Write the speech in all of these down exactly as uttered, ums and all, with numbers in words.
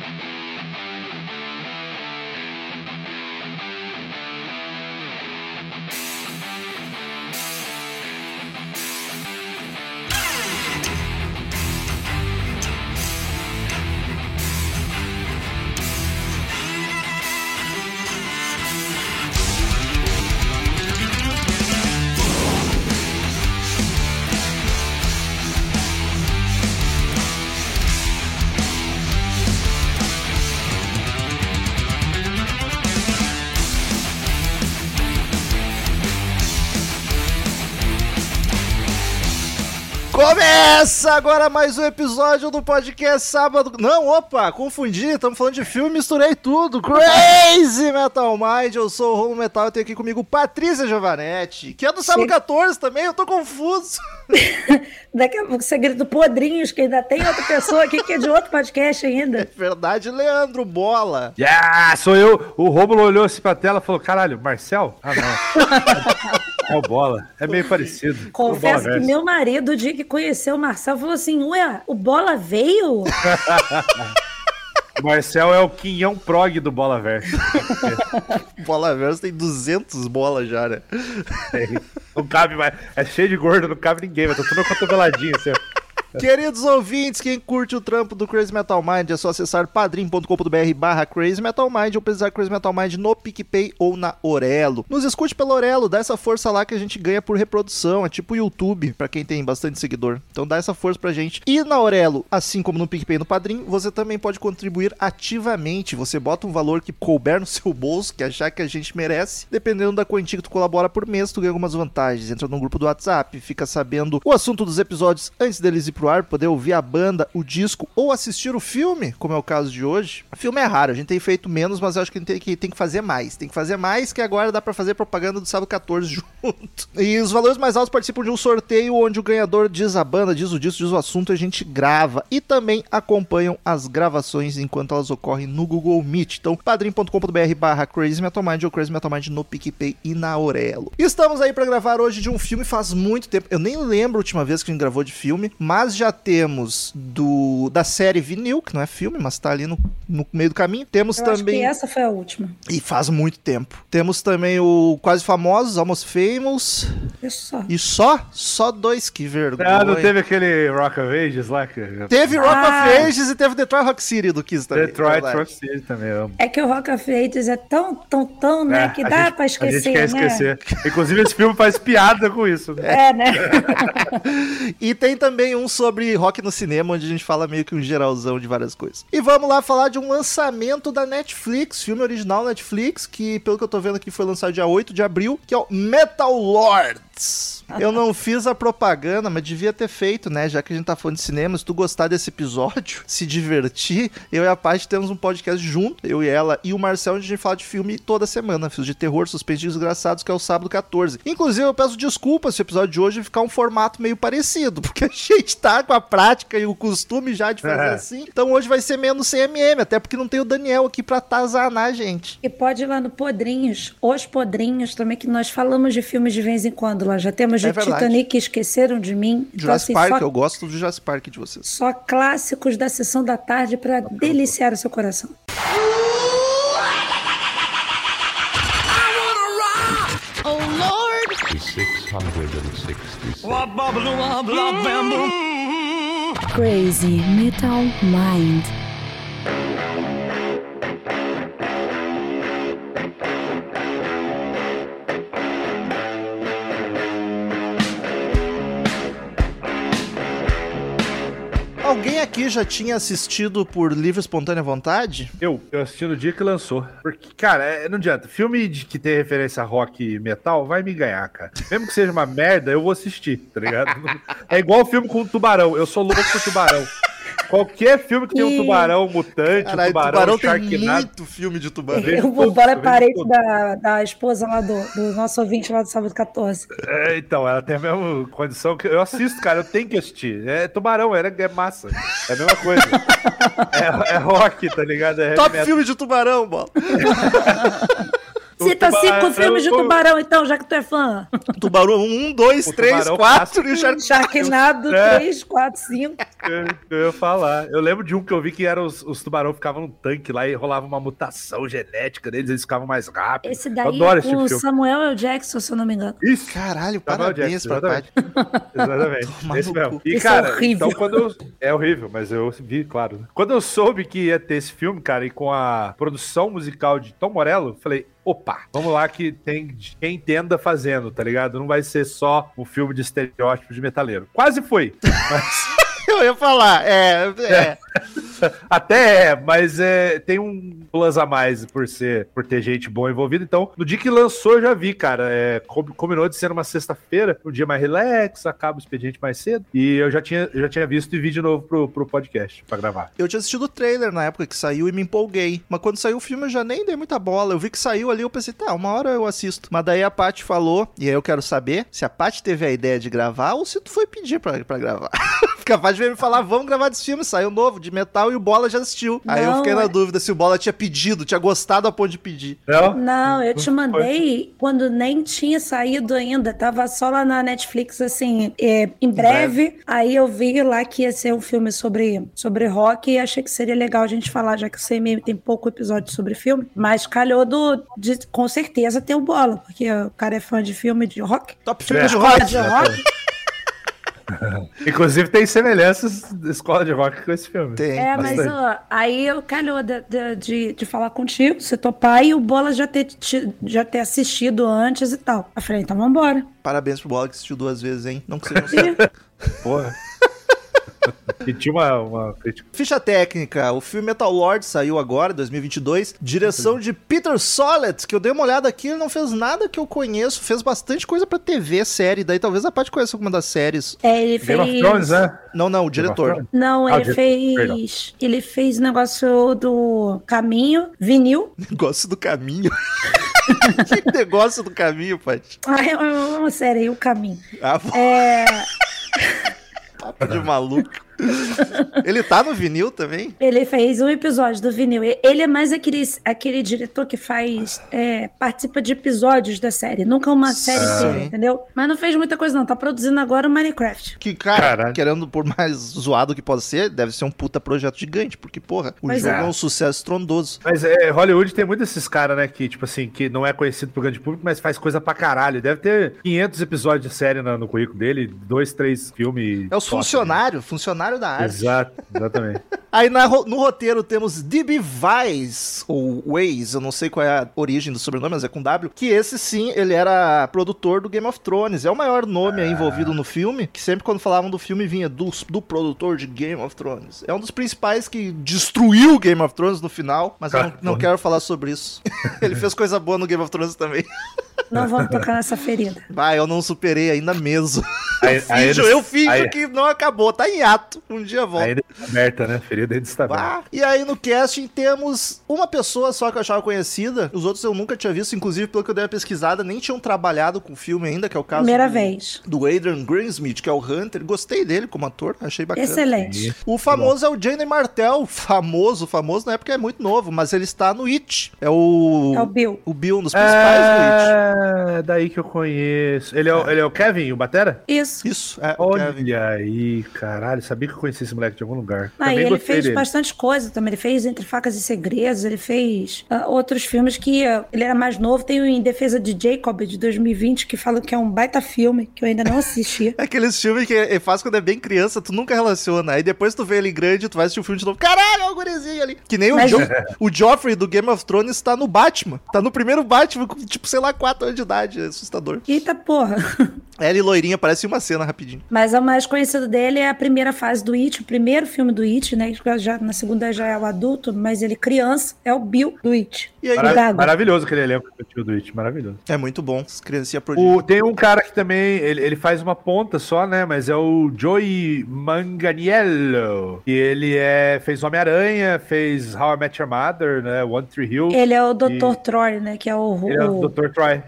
Começa agora mais um episódio do podcast Sábado... Não, opa, confundi, estamos falando de filme, misturei tudo. Crazy Metal Mind, eu sou o Romo Metal e tenho aqui comigo Patrícia Giovanetti, que é do Sábado quatorze também, eu tô confuso. Daqui a pouco você grita Podrinhos, que ainda tem outra pessoa aqui que é de outro podcast ainda. É verdade, Leandro Bola. Yeah, sou eu. O Rômulo olhou assim pra tela e falou, caralho, Marcel? Ah, não. É o Bola. É meio parecido. Confesso que meu marido, o dia que conheceu o Marcel, falou assim, ué, o Bola veio? O Marcel é o quinhão prog do Bola Verso. Bola Verso tem duzentos bolas já, né? É, não cabe mais. É cheio de gordo, não cabe ninguém, mas tá tudo cotoveladinho, assim. Queridos ouvintes, quem curte o trampo do Crazy Metal Mind é só acessar padrim.com.br barra Crazy Metal Mind ou pesquisar Crazy Metal Mind no PicPay ou na Orelo. Nos escute pelo Orelo, dá essa força lá que a gente ganha por reprodução, é tipo o YouTube, pra quem tem bastante seguidor. Então dá essa força pra gente. E na Orelo, assim como no PicPay e no Padrim, você também pode contribuir ativamente. Você bota um valor que couber no seu bolso, que achar que a gente merece. Dependendo da quantia que tu colabora por mês, tu ganha algumas vantagens. Entra no grupo do WhatsApp, fica sabendo o assunto dos episódios antes deles ir pro ar, poder ouvir a banda, o disco ou assistir o filme, como é o caso de hoje. O filme é raro, a gente tem feito menos, mas eu acho que a gente tem que, tem que fazer mais. Tem que fazer mais, que agora dá pra fazer propaganda do Sábado quatorze junto. E os valores mais altos participam de um sorteio onde o ganhador diz a banda, diz o disco, diz o assunto, a gente grava. E também acompanham as gravações enquanto elas ocorrem no Google Meet. Então, padrim.com.br barra Crazy Metal Mind ou Crazy Metal Mind no PicPay e na Orelo. Estamos aí pra gravar hoje de um filme faz muito tempo. Eu nem lembro a última vez que a gente gravou de filme, mas já temos do, da série Vinil, que não é filme, mas tá ali no, no meio do caminho. Temos Eu também... acho que essa foi a última. E faz muito tempo. Temos também o Quase Famosos, Almost Famous. Isso só. E só? Só dois, que vergonha. Ah, não teve aquele Rock of Ages lá? Que... Teve Rock Ah. of Ages e teve Detroit Rock City do Kiss também. Detroit verdade. Rock City também, eu amo. É que o Rock of Ages é tão, tão, tão, né, É, que a dá gente- pra esquecer, A gente quer né? esquecer. Inclusive, esse filme faz piada com isso. Né? É, né? E tem também um sobre rock no cinema, onde a gente fala meio que um geralzão de várias coisas. E vamos lá falar de um lançamento da Netflix, filme original Netflix, que pelo que eu tô vendo aqui foi lançado dia oito de abril, que é o Metal Lords. Eu não fiz a propaganda, mas devia ter feito, né? Já que a gente tá falando de cinema, se tu gostar desse episódio, se divertir, eu e a Paty temos um podcast junto, eu e ela e o Marcel, onde a gente fala de filme toda semana, filmes de terror, suspense e desgraçados, que é o Sábado quatorze. Inclusive, eu peço desculpas se o episódio de hoje ficar um formato meio parecido, porque a gente tá com a prática e o costume já de fazer É. assim. Então hoje vai ser menos C M M, até porque não tem o Daniel aqui pra atazanar a gente. E pode ir lá no Podrinhos, Os Podrinhos também, que nós falamos de filmes de vez em quando lá. Já temos de É verdade. Titanic, Esqueceram de Mim. Então, Jurassic assim, Park, só, eu gosto do Jurassic Park de vocês. só clássicos da sessão da tarde pra deliciar o seu coração. six hundred sixty-six. Crazy Metal Mind. Alguém aqui já tinha assistido por livre e espontânea vontade? Eu, eu assisti no dia que lançou. Porque, cara, é- não adianta. Filme de que tem referência a rock e metal vai me ganhar, cara. Mesmo que seja uma merda, eu vou assistir, tá ligado? É igual o filme com o tubarão. Eu sou louco por tubarão. Qualquer filme que tem um E- tubarão mutante, um Caralho, tubarão, tubarão tem sharknado. muito filme de tubarão. vejo O tudo, Bola é vejo parente tudo. da, da esposa lá do, do nosso ouvinte lá do Sábado quatorze. É, então, ela tem a mesma condição que eu assisto, cara, eu tenho que assistir. É tubarão, é, é massa. É a mesma coisa. É, é rock, tá ligado? É heavy Top metal. filme de tubarão, bola. Cita cinco filmes de tubarão, então, já que tu é fã. Tubarão um, dois, O três, Tubarão quatro Clássico. e o Shark... Sharknado É. três, quatro, cinco. Eu, eu ia falar. Eu lembro de um que eu vi que era os, os tubarão ficavam no tanque lá e rolava uma mutação genética deles, eles ficavam mais rápidos. Esse Eu daí adoro é esse com o filme. Samuel L. Jackson, se eu não me engano. Isso. Caralho, Samuel parabéns Jackson, pra exatamente. Paty. Exatamente. Tomar Esse no mesmo. cu. E, Isso é cara, horrível. então quando eu... É horrível, mas eu vi, claro. né? Quando eu soube que ia ter esse filme, cara, e com a produção musical de Tom Morello, eu falei, opa, vamos lá que tem quem entenda fazendo, tá ligado? Não vai ser só um filme de estereótipo de metaleiro. Quase foi, mas... Eu ia falar, é... é. Até é, mas é, tem um plus a mais por ser, por ter gente boa envolvida. Então, no dia que lançou, eu já vi, cara. É, com- combinou de ser uma sexta-feira, um dia mais relax, acaba o expediente mais cedo. E eu já tinha, eu já tinha visto e vi de novo pro, pro podcast pra gravar. Eu tinha assistido o trailer na época que saiu e me empolguei. Mas quando saiu o filme eu já nem dei muita bola. Eu vi que saiu ali, eu pensei, tá, uma hora eu assisto. Mas daí a Paty falou, e aí eu quero saber se a Paty teve a ideia de gravar ou se tu foi pedir pra, pra gravar. Porque a Paty veio me falar, vamos gravar desse filme, saiu novo, de metal, e o Bola já assistiu. Aí eu Não, fiquei na é- dúvida se o Bola tinha pedido, tinha gostado a ponto de pedir. Não? Não, eu te mandei quando nem tinha saído ainda. Tava só lá na Netflix, assim, é, em breve. Aí eu vi lá que ia ser um filme sobre, sobre rock e achei que seria legal a gente falar, já que o C M M tem pouco episódio sobre filme. Mas calhou do, de, com certeza ter o Bola, porque o cara é fã de filme de rock. Top filme É. de rock. De rock. Inclusive tem semelhanças da escola de rock com esse filme. Tem. É, mas Bastante. ó, aí eu calhou de, de, de, de falar contigo, você topar, e o Bola já ter, ti- já ter assistido antes e tal. Eu falei, então vambora. Parabéns pro Bola que assistiu duas vezes, hein? Não que seja um certo. Porra. E tinha uma, uma crítica. Ficha técnica, o filme Metal Lord saiu agora, dois mil e vinte e dois, direção de Peter Sollett, que eu dei uma olhada aqui, ele não fez nada que eu conheço, fez bastante coisa pra T V, série, daí talvez a Paty conheça alguma das séries. É, ele Game of fez. Thrones, né? Não, não, o Game of diretor. Thrones? Não, Ah, ele de- fez. perdão. Ele fez negócio do caminho, vinil. Negócio do caminho. Que negócio do caminho, Paty? Ah, é uma, uma série, o caminho. Ah, pô, É, papo de maluco. Ele tá no vinil também? ele fez um episódio do vinil. E- Ele é mais aquele, aquele diretor que faz. é, participa de episódios da série, nunca uma série inteira, entendeu? Mas não fez muita coisa, não. Tá produzindo agora o Minecraft. Que, cara, Caralho. querendo por mais zoado que possa ser, deve ser um puta projeto gigante, porque, porra, o Pois jogo é. é um sucesso estrondoso. Mas é, Hollywood tem muitos desses caras, né, que, tipo assim, que não é conhecido pro grande público, mas faz coisa pra caralho. Deve ter quinhentos episódios de série no, no currículo dele, dois, três filmes. É os top, funcionários, funcionário da né? arte. Exato, exatamente. Aí na ro- no roteiro temos D B. Weiss, ou Weiss, eu não sei qual é a origem do sobrenome, mas é com W, que esse sim, ele era produtor do Game of Thrones, é o maior nome aí envolvido no filme, que sempre quando falavam do filme vinha do, do produtor de Game of Thrones. É um dos principais que destruiu o Game of Thrones no final, mas eu não, não quero falar sobre isso. Ele fez coisa boa no Game of Thrones também. Não vamos tocar nessa ferida. Vai, eu não superei ainda mesmo. Aí- eu aí finjo, eles- eu finjo aí- que não acabou, tá em ato. Um dia volta. Ainda está aberta, né? Ferida ainda está aberta. Bah. E aí no casting temos uma pessoa só que eu achava conhecida, os outros eu nunca tinha visto, inclusive pelo que eu dei uma pesquisada, nem tinham trabalhado com o filme ainda, que é o caso Primeira do, vez. do Adrian Greensmith, que é o Hunter. Gostei dele como ator, achei bacana. Excelente. O famoso é o Jane Martell, famoso, famoso na época é muito novo, mas ele está no It. É o... É o Bill. o Bill, um dos principais do It. É, daí que eu conheço. Ele é, o, ele é o Kevin, o Batera? Isso. Isso, é o Olha Kevin. aí, caralho, sabia que eu conhecia esse moleque de algum lugar. Ah, e Também ele gostei fez dele. bastante coisa também. Ele fez Entre Facas e Segredos, ele fez ah, outros filmes que ah, ele era mais novo. Tem o Em Defesa de Jacob, de dois mil e vinte, que fala que é um baita filme, que eu ainda não assisti. É aqueles filmes que é faz quando é bem criança, tu nunca relaciona. Aí depois tu vê ele grande, tu vai assistir o filme de novo. Caralho, é o gurizinho ali. Que nem Mas- o, jo o Joffrey do Game of Thrones tá no Batman. Tá no primeiro Batman, com, tipo, sei lá, quatro anos de idade. É assustador. Eita porra. Ela e loirinha, parece uma cena rapidinho. Mas o mais conhecido dele é a primeira fase do It, o primeiro filme do It, né? Já, na segunda já é o adulto, mas ele criança, é o Bill do It. E aí, Mara- Mara- Gago. maravilhoso aquele elenco que eu tinha do It, maravilhoso. é muito bom. As criancinhas prodígio. O, tem um cara que também, ele, ele faz uma ponta só, né? Mas é o Joey Manganiello. E ele é, fez Homem-Aranha, fez How I Met Your Mother, né? One Tree Hill. Ele é o doutor Troy, né? Que é o. Ele é o o- doutor Troy, É,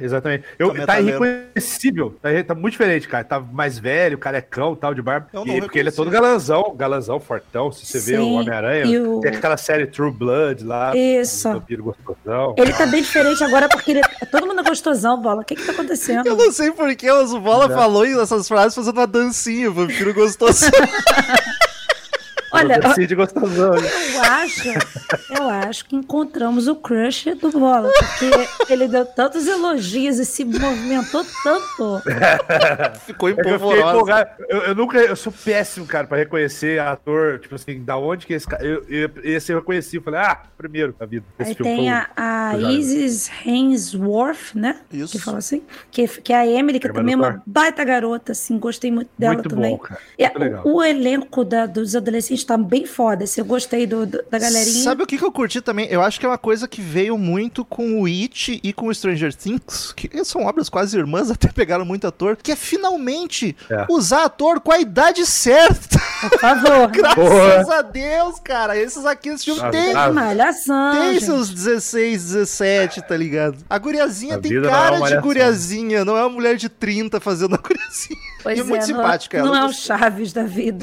exatamente. Eu, Tá tá metaleiro. irreconhecível. Tá, tá muito diferente, cara. Tá mais velho, carecão, tal, de barba. Eu não E, porque ele é todo reconheci. galanzão, galanzão, fortão. Se você vê o Sim, Homem-Aranha, e o- tem aquela série True Blood lá. Isso. O vampiro gostosão. Ele tá bem diferente agora porque ele... todo mundo é gostosão, Bola. O que que tá acontecendo? Eu não sei porquê, mas o Bola Exato. falou essas frases fazendo uma dancinha, o vampiro gostoso. Olha, Assim de gostosão. né? eu acho, eu acho que encontramos o crush do Bola, porque ele deu tantos elogios e se movimentou tanto. Ficou É que eu fiquei empolvorosa. empolgado. Eu, eu nunca, eu sou péssimo, cara, pra reconhecer ator, tipo assim, da onde que esse cara. Eu, eu, esse eu reconheci, eu falei, ah, primeiro da vida. Esse Aí filme tem foi a, a eu já- Isis Hainsworth, né? Isso. Que fala assim. Que, que é a Emily, que Irmã também é do uma Thor. baita garota, assim. Gostei muito dela Muito também. bom, cara. E a- Muito legal. o, o elenco da- dos adolescentes tá bem foda. Assim, eu gostei do, do- da galerinha. Sabe o que, que eu curti também? Eu acho que é uma coisa que veio muito com o It e com o Stranger Things, que são obras quase irmãs, até pegaram muito ator, que é finalmente É. usar ator com a idade certa. Por favor. Graças Porra. a Deus, cara. Esses aqui, esse filme Ah, tem, ah, Malhação, tem gente. seus dezesseis, dezessete, tá ligado? A guriazinha A tem vida não é uma cara de malhação. guriazinha, não é uma mulher de trinta fazendo a guriazinha. Pois E é muito não- simpática ela. Não eu é o gostei. Chaves da vida.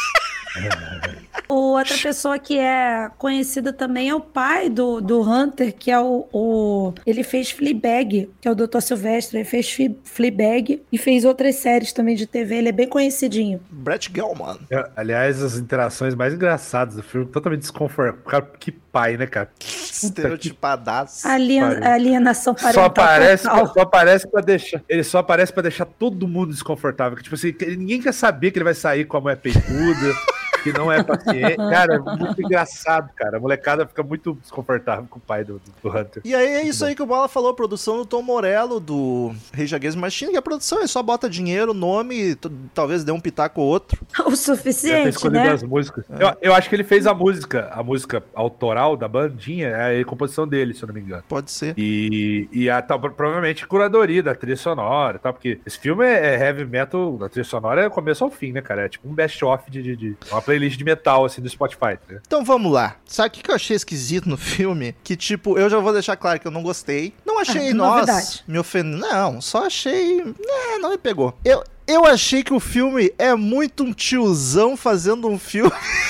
O outra pessoa que é conhecida também é o pai do, do Hunter, que é o, o... Ele fez Fleabag, que é o doutor Silvestre. Ele fez Fle- Fleabag e fez outras séries também de T V. Ele é bem conhecidinho. Brett Gelman. É, aliás, as interações mais engraçadas do filme, totalmente desconfortável. Cara, que pai, né, cara? Estereotipadaço. Alien, pariu. alienação Só parental aparece, total. só aparece pra deixar. Ele só aparece pra deixar todo mundo desconfortável. Que, tipo assim, que ninguém quer saber que ele vai sair com a mulher peituda, que não é paciente. Cara, é muito engraçado, cara. A molecada fica muito desconfortável com o pai do, do, do Hunter. E aí é isso aí que o Bola falou, produção do Tom Morello, do Rage Against the Machine, que a produção é só bota dinheiro, nome, t- talvez dê um pitaco ou outro. O Deve ter suficiente, escolhido né? as músicas. Eu, eu acho que ele fez a música, a música autoral da bandinha, é a composição dele, se eu não me engano. Pode ser. E, e a, tal, provavelmente curadoria da trilha sonora, tá? Porque esse filme é, é heavy metal, a trilha sonora é do começo ao fim, né, cara? É tipo um best-of de, de, de uma playlist de metal, assim, do Spotify, né? Então vamos lá. Sabe o que que eu achei esquisito no filme? Que tipo, eu já vou deixar claro que eu não gostei. Não achei, Ah, nossa, novidade. me ofendendo. Não, só achei... É, não me pegou. Eu, eu achei que o filme é muito um tiozão fazendo um filme...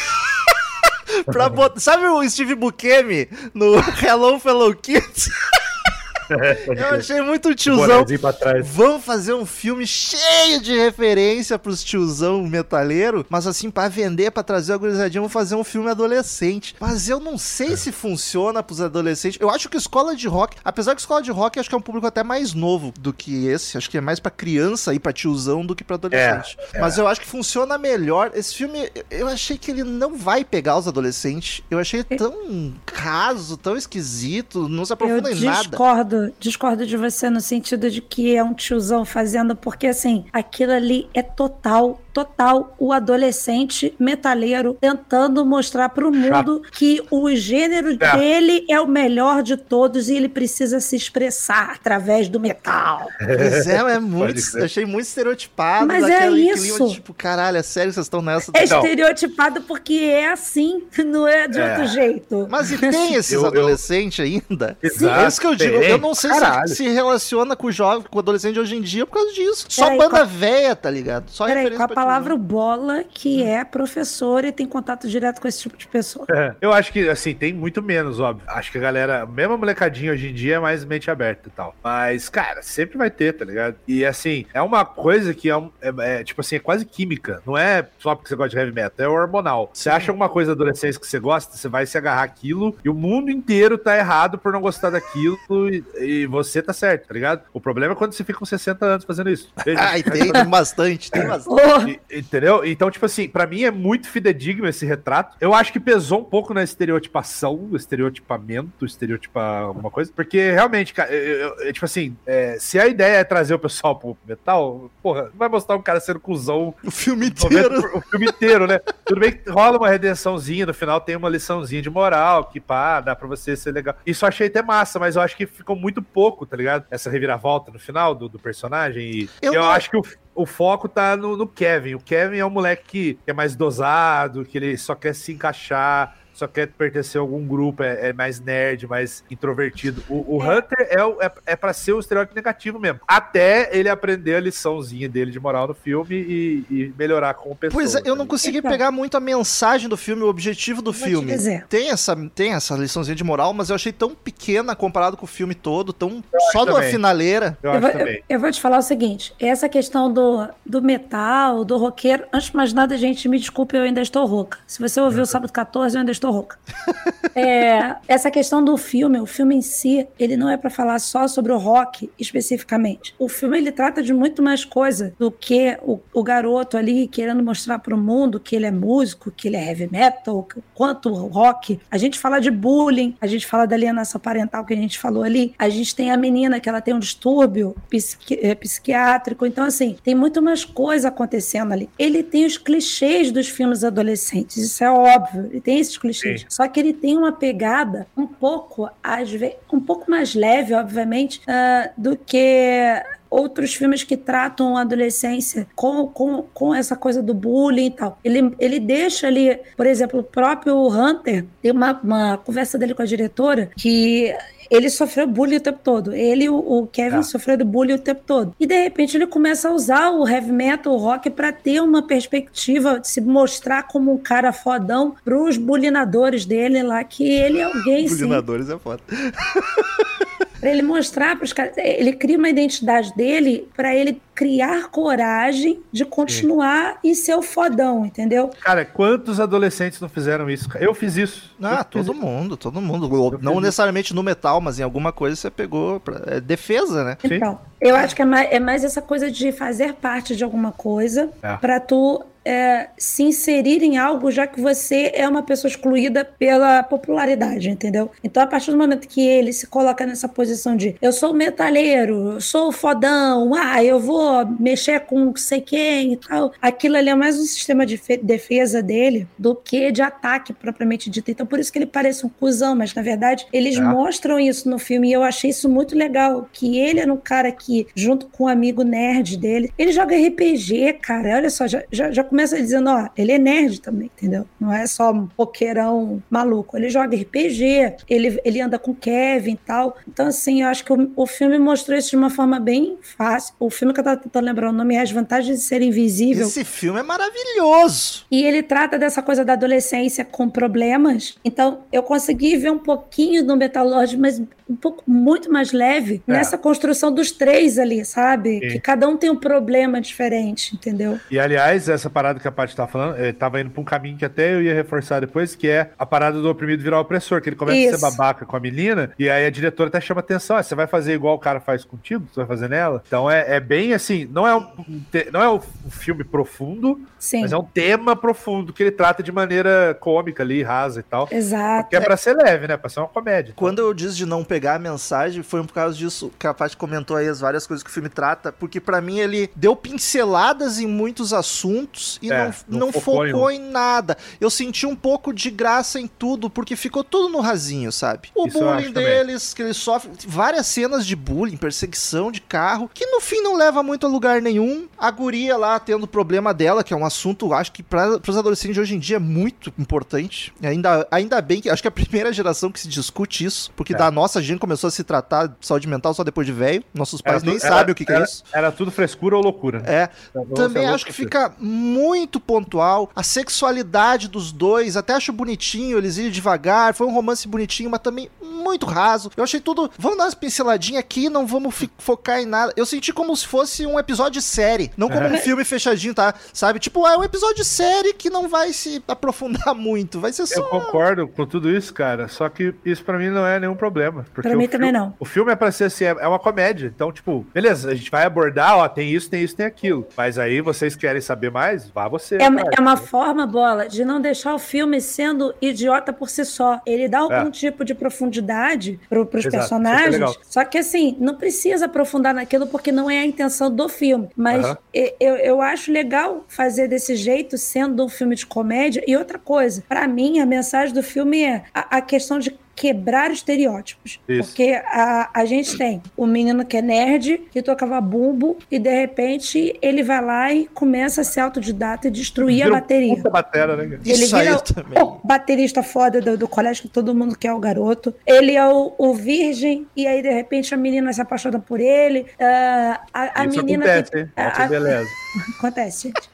pra botar... Sabe o Steve Buscemi no Hello Fellow Kids? Eu achei muito tiozão. Bonezinho pra trás. Vamos fazer um filme cheio de referência pros tiozão metaleiro, mas assim, pra vender, pra trazer a gurizadinha, vamos fazer um filme adolescente. Mas eu não sei se funciona pros adolescentes. Eu acho que Escola de Rock, apesar que Escola de Rock, acho que é um público até mais novo do que esse. Acho que é mais pra criança e pra tiozão do que pra adolescente. É, é. Mas eu acho que funciona melhor. Esse filme, eu achei que ele não vai pegar os adolescentes. Eu achei tão raso, tão esquisito, não se Eu aprofunda em nada. discordo, discordo de você no sentido de que é um tiozão fazendo, porque assim, aquilo ali é total, total o adolescente metaleiro tentando mostrar pro mundo que o gênero É. dele é o melhor de todos e ele precisa se expressar através do metal. Pois é, é muito, crer. achei muito estereotipado. Mas é daquele isso. clima de, tipo, caralho, é sério que vocês estão nessa? É Então. estereotipado porque é assim, não é de É. outro jeito. Mas e tem esses Eu- eu- adolescentes ainda? Exato, É isso que eu digo. tem. Eu não sei Caralho. se se relaciona com o jovem, com o adolescente de hoje em dia por causa disso. Só Peraí, banda com a- véia, tá ligado? Só Peraí, referência com a pra palavra tiozão. bola, que é professora e tem contato direto com esse tipo de pessoa. É, eu acho que, assim, tem muito menos, óbvio. Acho que a galera, mesmo a molecadinha hoje em dia, é mais mente aberta e tal. Mas, cara, sempre vai ter, tá ligado? E, assim, é uma coisa que é, um, é, é, tipo assim, é quase química. Não é só porque você gosta de heavy metal, é hormonal. Você acha alguma coisa da adolescência que você gosta, você vai se agarrar aquilo e o mundo inteiro tá errado por não gostar daquilo e, e você tá certo, tá ligado? O problema é quando você fica com sessenta anos fazendo isso. Ai, tem, tem bastante, tem bastante. Oh, E- Entendeu? Então, tipo assim, pra mim é muito fidedigno esse retrato. Eu acho que pesou um pouco na estereotipação, estereotipamento, estereotipar alguma coisa. Porque realmente, cara, eu, eu- eu- tipo assim, é, se a ideia é trazer o pessoal pro metal, porra, não vai mostrar um cara sendo cuzão O filme noventa inteiro. por- o filme inteiro, né? Tudo bem que rola uma redençãozinha, no final tem uma liçãozinha de moral, que pá, dá pra você ser legal. Isso eu achei até massa, mas eu acho que ficou muito pouco, tá ligado? Essa reviravolta no final do, do personagem. E Eu eu, não- acho que o, o foco tá no, no Kevin. O Kevin é um moleque que é mais dosado, que ele só quer se encaixar, só quer pertencer a algum grupo, é, é mais nerd, mais introvertido. O, o é. Hunter é, o, é, é pra ser o estereótipo negativo mesmo. Até ele aprender a liçãozinha dele de moral no filme e, e melhorar como pessoa. Pois é, eu não consegui então, pegar muito a mensagem do filme, o objetivo do filme. Tem essa, tem essa liçãozinha de moral, mas eu achei tão pequena comparado com o filme todo, tão eu só de uma finaleira. Eu, eu, vou, eu, eu vou te falar o seguinte, essa questão do, do metal, do roqueiro, antes de mais nada, gente, me desculpe, eu ainda estou rouca. Se você ouviu o Sábado quatorze, eu ainda estou rouca. É, essa questão do filme, o filme em si, ele não é para falar só sobre o rock especificamente. O filme, ele trata de muito mais coisa do que o, o garoto ali querendo mostrar para o mundo que ele é músico, que ele é heavy metal, quanto rock. A gente fala de bullying, a gente fala da alienação parental que a gente falou ali, a gente tem a menina que ela tem um distúrbio psiqui, é, psiquiátrico, então assim, tem muito mais coisa acontecendo ali. Ele tem os clichês dos filmes adolescentes, isso é óbvio, ele tem esses clichês, sim. Só que ele tem uma pegada um pouco, às vezes, um pouco mais leve, obviamente, uh, do que outros filmes que tratam a adolescência com, com, com essa coisa do bullying e tal. Ele, ele deixa ali, por exemplo, o próprio Hunter, tem uma, uma conversa dele com a diretora que ele sofreu bullying o tempo todo. Ele e o, o Kevin ah. sofreram bullying o tempo todo. E, de repente, ele começa a usar o heavy metal, o rock, para ter uma perspectiva de se mostrar como um cara fodão pros bullyinadores dele lá, que ele é alguém, sim. Bullyinadores é foda. Pra ele mostrar pros caras, ele cria uma identidade dele pra ele criar coragem de continuar Sim. e ser o fodão, entendeu? Cara, quantos adolescentes não fizeram isso? Eu fiz isso. Ah, eu todo fiz mundo, isso. todo mundo. Não necessariamente no metal, mas em alguma coisa você pegou. Pra... É defesa, né? Então, Sim. eu acho que é mais, é mais essa coisa de fazer parte de alguma coisa é. pra tu É, se inserir em algo, já que você é uma pessoa excluída pela popularidade, entendeu? Então, a partir do momento que ele se coloca nessa posição de eu sou metaleiro, eu sou fodão, ah, eu vou mexer com não sei quem e tal, aquilo ali é mais um sistema de defesa dele do que de ataque propriamente dito. Então, por isso que ele parece um cuzão, mas na verdade, eles é. mostram isso no filme e eu achei isso muito legal, que ele era um cara que, junto com um amigo nerd dele, ele joga R P G, cara, olha só, já, já, já começa dizendo, ó, ele é nerd também, entendeu? Não é só um poqueirão maluco. Ele joga R P G, ele, ele anda com Kevin e tal. Então, assim, eu acho que o, o filme mostrou isso de uma forma bem fácil. O filme que eu tava tentando lembrar o nome é As Vantagens de Ser Invisível. Esse filme é maravilhoso! E ele trata dessa coisa da adolescência com problemas. Então, eu consegui ver um pouquinho do Metal Lord, mas um pouco muito mais leve é. nessa construção dos três ali, sabe? Sim. Que cada um tem um problema diferente, entendeu? E, aliás, essa parada que a Paty tava falando, eh, tava indo pra um caminho que até eu ia reforçar depois, que é a parada do oprimido virar opressor, que ele começa Isso. a ser babaca com a menina, e aí a diretora até chama atenção, ah, você vai fazer igual o cara faz contigo? Você vai fazer nela? Então é, é bem assim, não é um, não é um filme profundo, Sim. mas é um tema profundo, que ele trata de maneira cômica ali, rasa e tal. Exato. Porque é pra ser leve, né? Pra ser uma comédia. Quando eu disse de não pegar a mensagem, foi por causa disso que a Paty comentou aí as várias coisas que o filme trata, porque pra mim ele deu pinceladas em muitos assuntos e é, não, não, não focou, focou em nada. Eu senti um pouco de graça em tudo, porque ficou tudo no rasinho, sabe? O Isso bullying deles, também. que eles sofrem, várias cenas de bullying, perseguição de carro, que no fim não leva muito a lugar nenhum. A guria lá tendo problema dela, que é um assunto, acho que para os adolescentes de hoje em dia é muito importante. Ainda, ainda bem que, acho que é a primeira geração que se discute isso, porque é. da nossa gente começou a se tratar de saúde mental só depois de velho. Nossos pais era nem tu, sabem o que, que era, é isso. Era tudo frescura ou loucura. Né? É. Também acho que fica muito pontual. A sexualidade dos dois, até acho bonitinho, eles iam devagar. Foi um romance bonitinho, mas também muito raso. Eu achei tudo... Vamos dar umas pinceladinhas aqui, não vamos focar em nada. Eu senti como se fosse um episódio de série, não como é. um filme fechadinho, tá? Sabe? Tipo, é um episódio de série que não vai se aprofundar muito. Vai ser só... Eu concordo com tudo isso, cara. Só que isso pra mim não é nenhum problema. Pra mim também não. O filme é pra ser assim, é uma comédia. Então, tipo, beleza, a gente vai abordar, ó, tem isso, tem isso, tem aquilo. Mas aí vocês querem saber mais? Vá você. É uma, é uma forma, Bola, de não deixar o filme sendo idiota por si só. Ele dá algum é. tipo de profundidade pro, pros Exato. personagens. Só que assim, não precisa aprofundar naquilo porque não é a intenção do filme. Mas uh-huh. eu, eu acho legal fazer desse jeito, sendo um filme de comédia. E outra coisa, pra mim, a mensagem do filme é a, a questão de quebrar estereótipos. Isso. Porque a, a gente tem o menino que é nerd, que tocava bumbo, e de repente ele vai lá e começa a ser autodidata e destruir Vira a bateria. Puta batera, né? Ele Isso aí vira eu também. o baterista foda do, do colégio, que todo mundo quer o garoto. Ele é o, o virgem, e aí de repente a menina se apaixona por ele. Ah, a, a Isso menina acontece, que, hein? a- Nossa, a- beleza. Acontece, gente.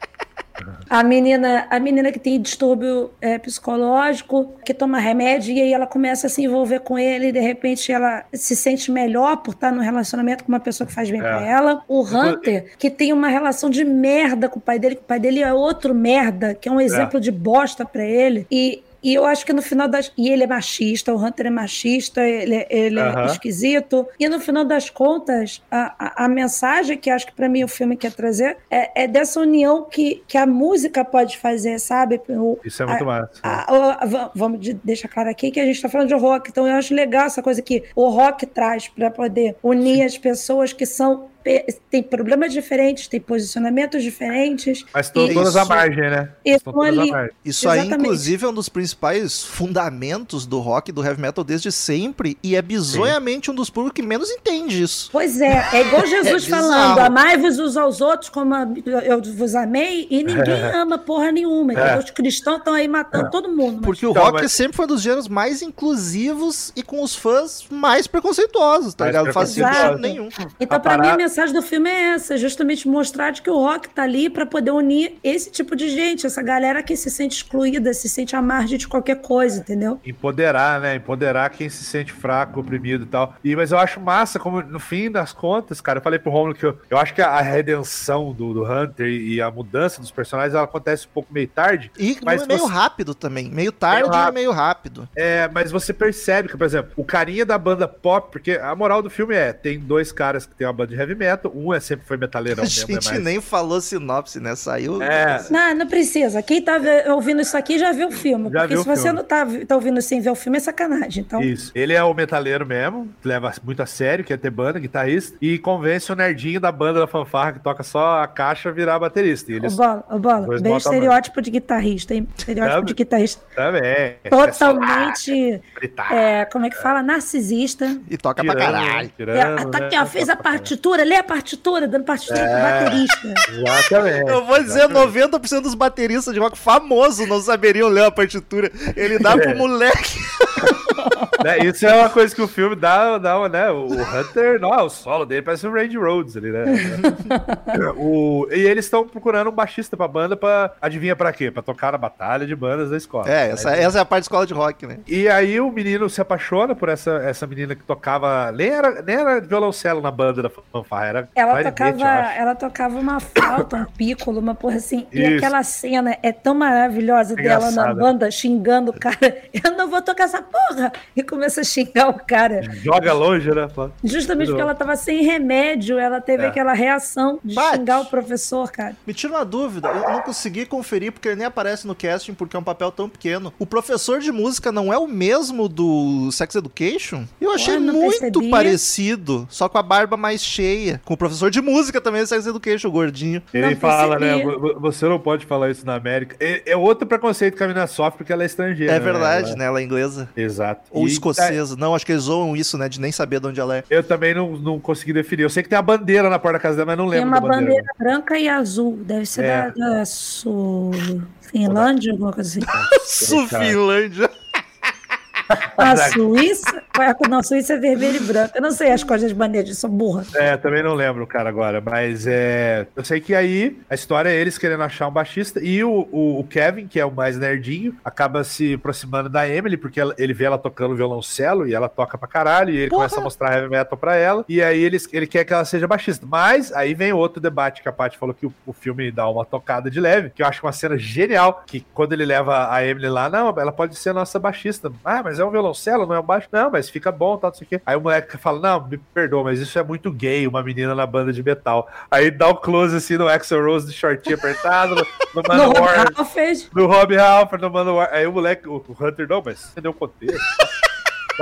A menina, a menina que tem distúrbio é, psicológico, que toma remédio, e aí ela começa a se envolver com ele, e de repente ela se sente melhor por estar num relacionamento com uma pessoa que faz bem É. pra ela. O Hunter, que tem uma relação de merda com o pai dele, que o pai dele é outro merda, que é um exemplo de bosta pra ele. E E eu acho que no final das... E ele é machista, o Hunter é machista, ele, é- ele é Aham. esquisito. E no final das contas, a, a, a mensagem que acho que pra mim o filme quer trazer é, é dessa união que, que a música pode fazer, sabe? O, Isso é muito a, massa. a- a- va- vamos de- deixar claro aqui que a gente tá falando de rock, então eu acho legal essa coisa que o rock traz pra poder unir as pessoas que são... pe- Tem problemas diferentes, tem posicionamentos diferentes. Mas to- E- todas à Isso- margem, né? Isso Estão todas à ali. margem. Isso aí, Exatamente. inclusive, é um dos principais fundamentos do rock e do heavy metal desde sempre, e é bizonhamente um dos públicos que menos entende isso. Pois é, é igual Jesus É falando, bizarro. amai-vos uns aos outros como a- eu vos amei, e ninguém ama porra nenhuma. Então, É. os cristãos estão aí matando todo mundo. mas- Porque o Então, rock mas- sempre foi um dos gêneros mais inclusivos e com os fãs mais preconceituosos, tá Mais ligado? Não faz sentido preconceituosos. nenhum. Então, A pra mim, a parada- mensagem do filme é essa, justamente mostrar de que o rock tá ali pra poder unir esse tipo de gente, essa galera que se sente excluída, se sente à margem de qualquer coisa, entendeu? Empoderar, né? Empoderar quem se sente fraco, oprimido e tal. E, mas eu acho massa, como no fim das contas, cara, eu falei pro Romulo que eu, eu acho que a, a redenção do, do Hunter e, e a mudança dos personagens, ela acontece um pouco meio tarde. E Mas meio você- rápido também. Meio tarde Meio rápido. e meio rápido. É, mas você percebe que, por exemplo, o carinha da banda pop, porque a moral do filme é, tem dois caras que tem uma banda de heavy metal, um é sempre foi metaleirão A mesmo, gente é mais... nem falou sinopse, né? Saiu. É. Não, não precisa. Quem tá ve- ouvindo isso aqui já viu o filme. Já porque viu se o você filme. não tá, tá ouvindo sem ver o filme, é sacanagem. Então, Isso. Ele é o metaleiro mesmo, que leva muito a sério, quer ter banda, guitarrista, e convence o nerdinho da banda da fanfarra, que toca só a caixa, a virar baterista. E o eles Bola, o Bola, dois bem botam a estereótipo de guitarrista, hein? Estereótipo Sabe? de guitarrista também. totalmente, Gritar, é, como é que fala? Narcisista. E toca pra tirando, caralho. É, tirando, tá né? aqui, ó, fez a partitura, lê a partitura, dando partitura pro baterista. Exatamente. Eu vou dizer, noventa por cento dos bateristas de rock famoso não saberiam ler a partitura. Ele dá pro É. moleque. Né, isso é uma coisa que o filme dá, dá uma, né? O Hunter, não, o solo dele parece o Randy Rhoads ali, né? o, e eles estão procurando um baixista pra banda pra. Adivinha pra quê? Pra tocar na batalha de bandas da escola. É, essa, Aí- essa é a parte de escola de rock, né? E aí o menino se apaixona por essa, essa menina que tocava. Nem era, nem era violoncelo na banda da fanfarra, era Ela clarinete, tocava, eu acho. ela tocava uma flauta, um piccolo, uma porra assim. E Isso. aquela cena é tão maravilhosa dela na Engraçada. banda xingando o cara. Eu não vou tocar essa porra! E começa a xingar o cara. Joga longe, né? Fala. Justamente porque ela tava sem remédio, ela teve É. aquela reação de Bate. xingar o professor, cara. Me tira uma dúvida, eu não consegui conferir porque ele nem aparece no casting porque é um papel tão pequeno. O professor de música não é o mesmo do Sex Education? Eu achei Ué, não muito percebi. parecido, só com a barba mais cheia. Com o professor de música também do Sex Education, o gordinho. Ele Não fala, né? percebi. vo- Você não pode falar isso na América. É, é outro preconceito que a menina sofre porque ela é estrangeira. É verdade, Ela- né? Ela é inglesa. Exato. Ou E- escocesa. Não, acho que eles zoam isso, né? De nem saber de onde ela é. Eu também não, não consegui definir. Eu sei que tem a bandeira na porta da casa dela, mas não Tem lembro uma da bandeira. bandeira branca e azul. Deve ser É. da, da Sul... Finlândia, alguma coisa assim. Sul Finlândia. A Suíça? Não, a Suíça é vermelho e branco. Eu não sei as cores das bandeiras, eu sou burra. É, também não lembro, cara, agora. Mas é. Eu sei que aí a história é eles querendo achar um baixista. E o, o, o Kevin, que é o mais nerdinho, acaba se aproximando da Emily, porque ela- ele vê ela tocando violoncelo e ela toca pra caralho. E ele Porra. começa a mostrar heavy metal pra ela. E aí eles, ele quer que ela seja baixista. Mas aí vem outro debate que a Paty falou que o, o filme dá uma tocada de leve, que eu acho uma cena genial. Que quando ele leva a Emily lá, não, ela pode ser nossa baixista. Ah, mas é um violoncelo, não é um baixo? Não, mas fica bom, tal, não sei o quê. Aí o moleque fala, não, me perdoa, mas isso é muito gay, uma menina na banda de metal. Aí dá o close assim no Axl Rose de shortinho apertado, no, no No Manowar, Ralph fez. no Rob Halford, no Manowar. Aí o moleque, o, o Hunter, não, mas entendeu o contexto?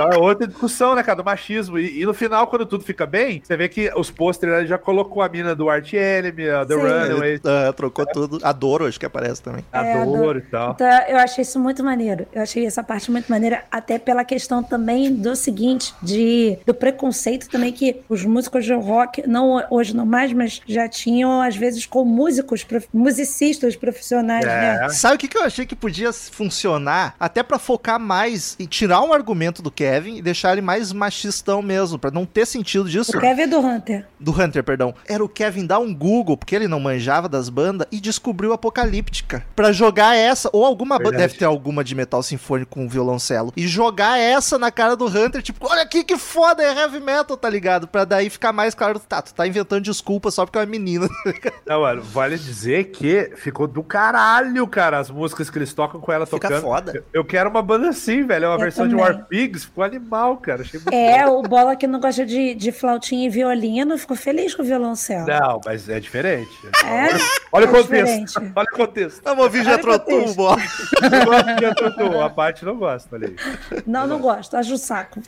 Então é outra discussão, né, cara, do machismo. E, e no final, quando tudo fica bem, você vê que os pôsteres né, já colocou a mina do Arch Enemy, a The Sim. Runaway. Uh, trocou tudo. A Doro, acho que aparece também. A É, Dor do- e tal. Então, eu achei isso muito maneiro. Eu achei essa parte muito maneira, até pela questão também do seguinte, de, do preconceito também que os músicos de rock, não hoje não mais, mas já tinham, às vezes, com músicos, prof- musicistas profissionais, É. né? Sabe o que, que eu achei que podia funcionar? Até pra focar mais e tirar um argumento do Kevin e deixar ele mais machistão mesmo, pra não ter sentido disso. O Kevin do Hunter. Do Hunter, perdão. Era o Kevin dar um Google, porque ele não manjava das bandas, e descobriu Apocalíptica. Pra jogar essa, ou alguma banda, Verdade. deve ter alguma de metal sinfônico com violoncelo, e jogar essa na cara do Hunter, tipo, olha aqui que foda, é heavy metal, tá ligado? Pra daí ficar mais claro, tá, tu tá inventando desculpa só porque é uma menina. Não, mano, vale dizer que ficou do caralho, cara, as músicas que eles tocam com ela Fica tocando. foda. Eu, eu quero uma banda assim, velho. É uma Eu versão de também. War Pigs, ficou animal, cara. Achei muito É, bom. o Bola que não gosta de, de flautinha e violino, ficou feliz com o violoncelo. Não, mas é diferente. É? Olha É o contexto. diferente. Olha o contexto. Vamos ouvir já Olha que eu trotou fiz. o bola. Eu gosto de Atrutu, a parte não gosta, olha aí. Não, não gosto, acho o saco.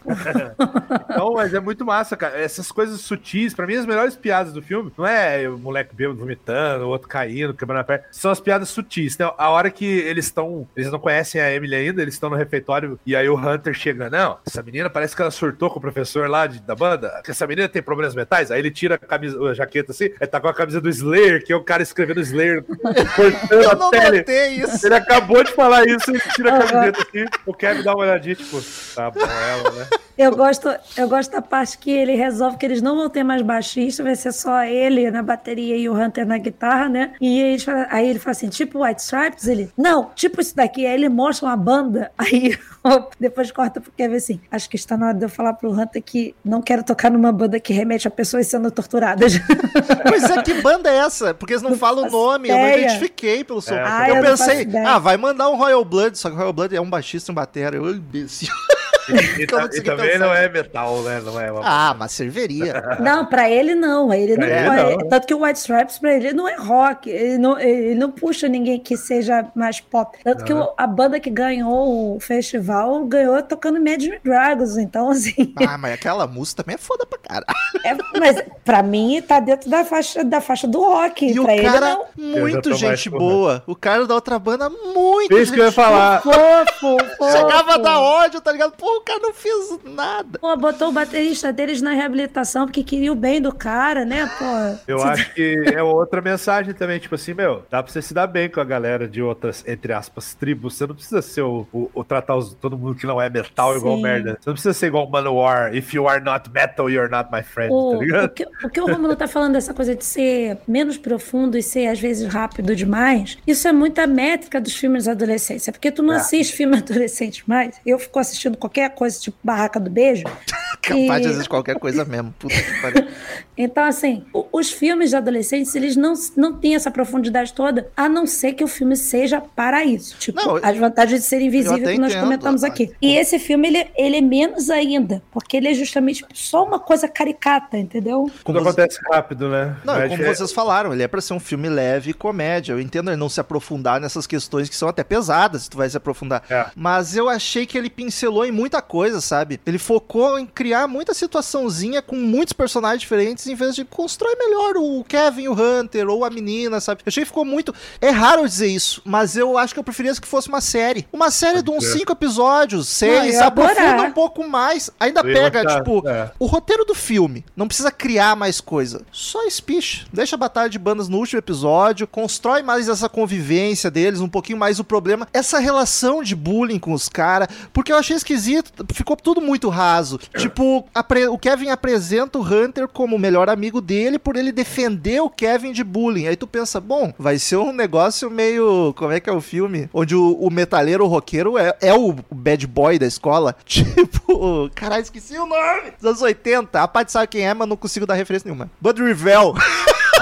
Então, mas é muito massa, cara. Essas coisas sutis, pra mim, as melhores piadas do filme não é o moleque bêbado vomitando, o outro caindo, quebrando a perna. São as piadas sutis. Então, a hora que eles estão. Eles não conhecem a Emily ainda, eles estão no refeitório e aí o Hunter chega. Não, essa menina parece que ela surtou com o professor lá de, da banda. Que essa menina tem problemas mentais. Aí ele tira a, camisa, a jaqueta assim, aí tá com a camisa do Slayer, que é o cara escrevendo Slayer, cortando Eu a não pele. notei isso. Ele acabou de falar isso, ele tira a camiseta assim. O Kevin dá uma olhadinha, tipo, tá bom, ela, né? Eu gosto, eu gosto da parte que ele resolve que eles não vão ter mais baixista, vai ser só ele na bateria e o Hunter na guitarra, né? E aí, eles falam- aí ele fala assim, tipo White Stripes? Ele, não, tipo isso daqui. Aí ele mostra uma banda, aí depois corta pro Kevin assim, acho que está na hora de eu falar pro Hunter que não quero tocar numa banda que remete a pessoas sendo torturadas. Pois é, que banda é essa? Porque eles não, Não falam o faço nome, eu não ideia. identifiquei pelo som. É, Ah, eu eu não faço pensei, ideia. ah, vai mandar um Royal Blood, só que o Royal Blood é um baixista e um batera. Eu, imbecil. E, e, Eu não ta- e consegui também pensar. não é metal, né? Não é uma... Ah, mas serviria. Não, pra ele não. Ele não, Pra ele pode- não, né? Tanto que o White Stripes pra ele não é rock. Ele não, ele não puxa ninguém que seja mais pop. Tanto que o- a banda que ganhou o festival ganhou tocando Imagine Dragons. Então, assim. Ah, mas aquela música também é foda pra caralho. é- mas pra mim tá dentro da faixa, da faixa do rock. E o pra ele cara, não. muito Eu já tô mais gente com boa. O cara da outra banda, muito É isso que eu ia gente falar. Fofo, fofo. Chegava a dar ódio, tá ligado? Pô, o cara não fez nada. Pô, botou o baterista deles na reabilitação porque queria o bem do cara, né, pô? Eu acho que é outra mensagem também, tipo assim, meu, dá pra você se dar bem com a galera de outras, entre aspas, tribos. Você não precisa ser o, o, o tratar os- todo mundo que não é metal igual Sim. merda. Você não precisa ser igual Manowar. If you are not metal, you're not my friend, O, tá o, ligado? que, o que o Romulo tá falando dessa coisa de ser menos profundo e ser, às vezes, rápido demais, isso é muita métrica dos filmes adolescentes. É porque tu não É. assiste filme adolescente mais. Eu fico assistindo qualquer coisa, tipo Barraca do Beijo. Capaz de E- assistir qualquer coisa mesmo. Puta que pariu. Então, assim, o- os filmes de adolescentes, eles não, não têm essa profundidade toda, a não ser que o filme seja para isso. Tipo, Não, eu- as vantagens de ser invisível até que nós entendo, comentamos mas- aqui. E esse filme, ele, ele é menos ainda, porque ele é justamente só uma coisa caricata, entendeu? Tudo você- acontece rápido, né? Não, Mas como é- vocês falaram, ele é pra ser um filme leve e comédia. Eu entendo ele não se aprofundar nessas questões que são até pesadas, se tu vai se aprofundar. É. Mas eu achei que ele pincelou em muita coisa, sabe? Ele focou em criar muita situaçãozinha com muitos personagens diferentes, em vez de constrói melhor o Kevin, o Hunter, ou a menina, sabe? Eu achei que ficou muito... É raro eu dizer isso, mas eu acho que eu preferia que fosse uma série. Uma série de uns ser. cinco episódios, Não, seis, eu se ia aprofunda adorar. um pouco mais. Ainda Eu ia pega, gostar, tipo... é. O roteiro do filme não precisa criar mais coisa. Só espicha. Deixa a batalha de bandas no último episódio. Constrói mais essa convivência deles, um pouquinho mais o problema. Essa relação de bullying com os caras. Porque eu achei esquisito. Ficou tudo muito raso. Tipo, apre- o Kevin apresenta o Hunter como o melhor amigo dele por ele defender o Kevin de bullying. Aí tu pensa, bom, vai ser um negócio meio... Como é que é o filme? Onde o, o metaleiro, o roqueiro é, é o bad boy da escola. Tipo, caralho, esqueci o nome. Dos anos oitenta. A Paty sabe quem é, mas não consigo dar referência nenhuma. Bud Revell.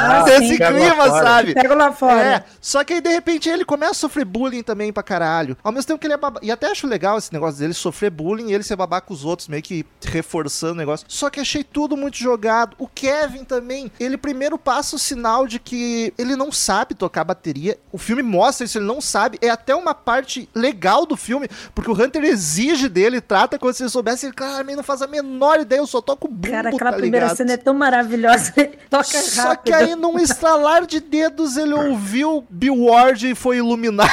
Ah, Desse sim. clima, sabe? Pega lá fora. É, só que aí de repente ele começa a sofrer bullying também pra caralho. Ao mesmo tempo que ele é babaca. E até acho legal esse negócio dele sofrer bullying e ele ser babaca com os outros, meio que reforçando o negócio. Só que achei tudo muito jogado. O Kevin também, ele primeiro passa o sinal de que ele não sabe tocar bateria. O filme mostra isso, ele não sabe. É até uma parte legal do filme, porque o Hunter exige dele, trata como se ele soubesse. Ele claramente não faz a menor ideia, eu só toco bumbo, Cara, aquela tá primeira ligado? cena é tão maravilhosa. Toca Só rápido. que aí, num estralar de dedos, ele ouviu Bill Ward e foi iluminado.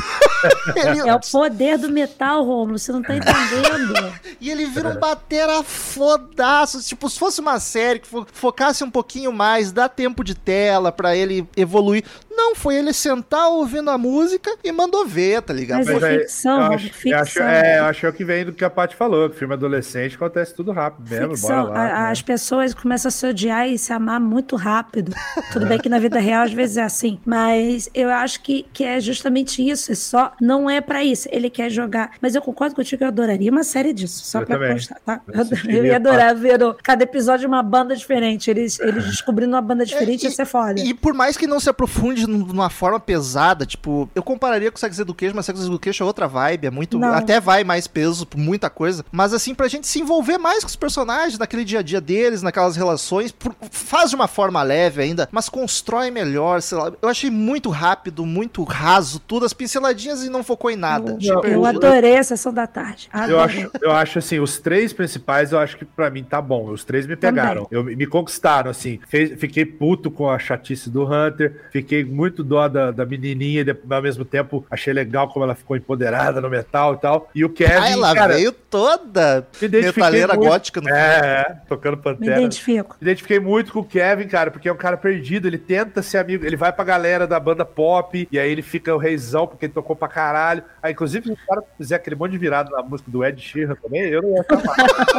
Ele- É o poder do metal, Romulo, você não tá entendendo. E ele vira um batera fodaço. Tipo, se fosse uma série que fo- focasse um pouquinho mais, dá tempo de tela pra ele evoluir. Não, foi ele sentar ouvindo a música e mandou ver, tá ligado? Mas é aí, ficção, eu Romulo, acho, eu ficção. acho, é, eu acho que é o que vem do que a Paty falou, que filme adolescente acontece tudo rápido mesmo, Ficção. bora lá. A- né? As pessoas começam a se odiar e se amar muito rápido. Tudo bem que na vida real às vezes é assim, mas eu acho que, que é justamente isso. É só não é pra isso. Ele quer jogar. Mas eu concordo contigo que eu adoraria uma série disso, só Eu pra também. constar, tá? Eu Eu, assistiria, eu ia adorar ver o- cada episódio uma banda diferente. Eles, eles descobrindo uma banda diferente É, ia ser foda. E por mais que não se aprofunde num- numa forma pesada, tipo, eu compararia com Sex Education, mas Sex Education é outra vibe, é muito. Não. Até vai mais peso por muita coisa. Mas assim, pra gente se envolver mais com os personagens, naquele dia a dia deles, naquelas relações, por- faz de uma forma leve ainda, mas constrói melhor, sei lá. Eu achei muito rápido, muito raso, tudo, as pinceladinhas e não focou em nada. Eu- Achei eu perdido. Eu adorei a sessão da tarde. Eu Adorei. acho, eu acho assim, os três principais, eu acho que pra mim tá bom. Os três me pegaram. Eu, me conquistaram, assim. Fez- fiquei puto com a chatice do Hunter. Fiquei muito dó da, da menininha. E de- ao mesmo tempo, achei legal como ela ficou empoderada no metal e tal. E o Kevin, Ah, ela cara, veio toda me identifiquei metaleira muito- gótica no filme. É, é, tocando Me Pantera. identifico. Me identifiquei muito com o Kevin, cara, porque é um cara perdido, ele tenta ser amigo, ele vai pra galera da banda pop, e aí ele fica o reizão, porque ele tocou pra caralho. Aí, inclusive, se o cara fizer aquele monte de virada na música do Ed Sheeran também, eu não ia ficar mal.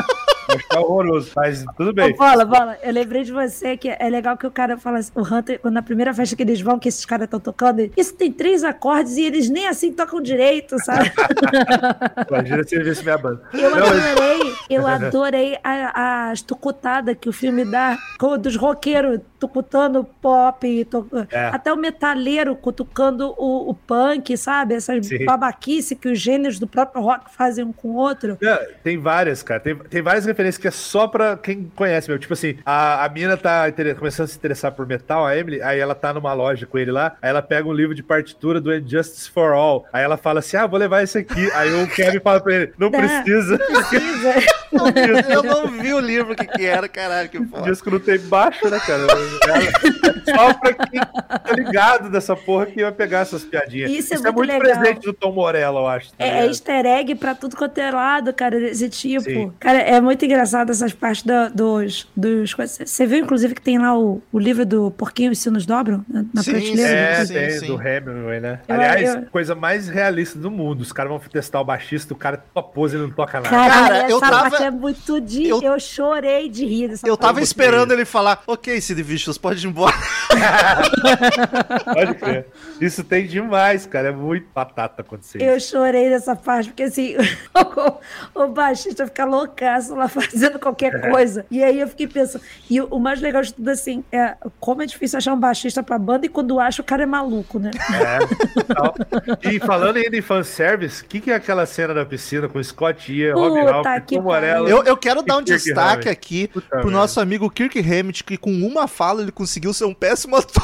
Ia ficar horroroso, mas tudo bem. Ô, Bola, Bola, eu lembrei de você que é legal que o cara fala assim, o Hunter, quando na primeira festa que eles vão, que esses caras estão tocando, ele, isso tem três acordes e eles nem assim tocam direito, sabe? Imagina se ele visse minha banda. Eu Não, mas- adorei, eu adorei a- as tucutadas que o filme dá, com- dos roqueiros tucutando pop, to- É. até o metaleiro cutucando o, o punk, sabe? Essas Sim. babaquice que os gêneros do próprio rock fazem um com o outro. Não, tem várias, cara. Tem, tem várias referências que é só pra quem conhece, meu. Tipo assim, a, a mina tá inter- começando a se interessar por metal, a Emily, aí ela tá numa loja com ele lá, aí ela pega um livro de partitura do Injustice for All, aí ela fala assim, ah, vou levar esse aqui. Aí o Kevin fala pra ele, não Não. precisa. Precisa. Eu não vi o livro, o que que era, caralho, que O foda. disco não tem baixo, né, cara? Ela- Só pra quem tá ligado dessa porra que vai pegar essas piadinhas. Isso é muito muito legal. presente do Tom Morello, eu acho. tá É, é ligado? easter egg pra tudo quanto é lado, cara, desse tipo. Sim. Cara, é muito engraçado essas partes da- dos, dos coisas. Você viu, inclusive, que tem lá o, o livro do Porquinho e os Sinos Dobram? Na, na Sim, prateleira? É, sim, tem, sim. do Hemingway, né? Eu- Aliás, eu- coisa mais realista do mundo. Os caras vão testar o baixista, o cara topou, ele não toca nada. Cara, Cara, essa eu tava- parte é muito de... eu- Eu, chorei de rir dessa Eu parte. tava esperando ele falar, ok, Sid Vicious, pode ir embora. Pode crer. Isso tem demais, cara. É muito batata acontecer Eu isso. chorei nessa parte, porque assim, o, o baixista fica loucaço lá fazendo qualquer coisa. E aí eu fiquei pensando. E o, o mais legal de tudo, assim, é como é difícil achar um baixista pra banda e quando acha o cara é maluco, né? É, total. E falando ainda em fanservice, o que, que é aquela cena da piscina com Scott Ian, Robin Puta Ralph, que Tom Morello? Eu, eu quero dar um E Kirk destaque Hammett. aqui Puta pro merda. nosso amigo Kirk Hammett, que com uma fala ele conseguiu ser um péssimo ator.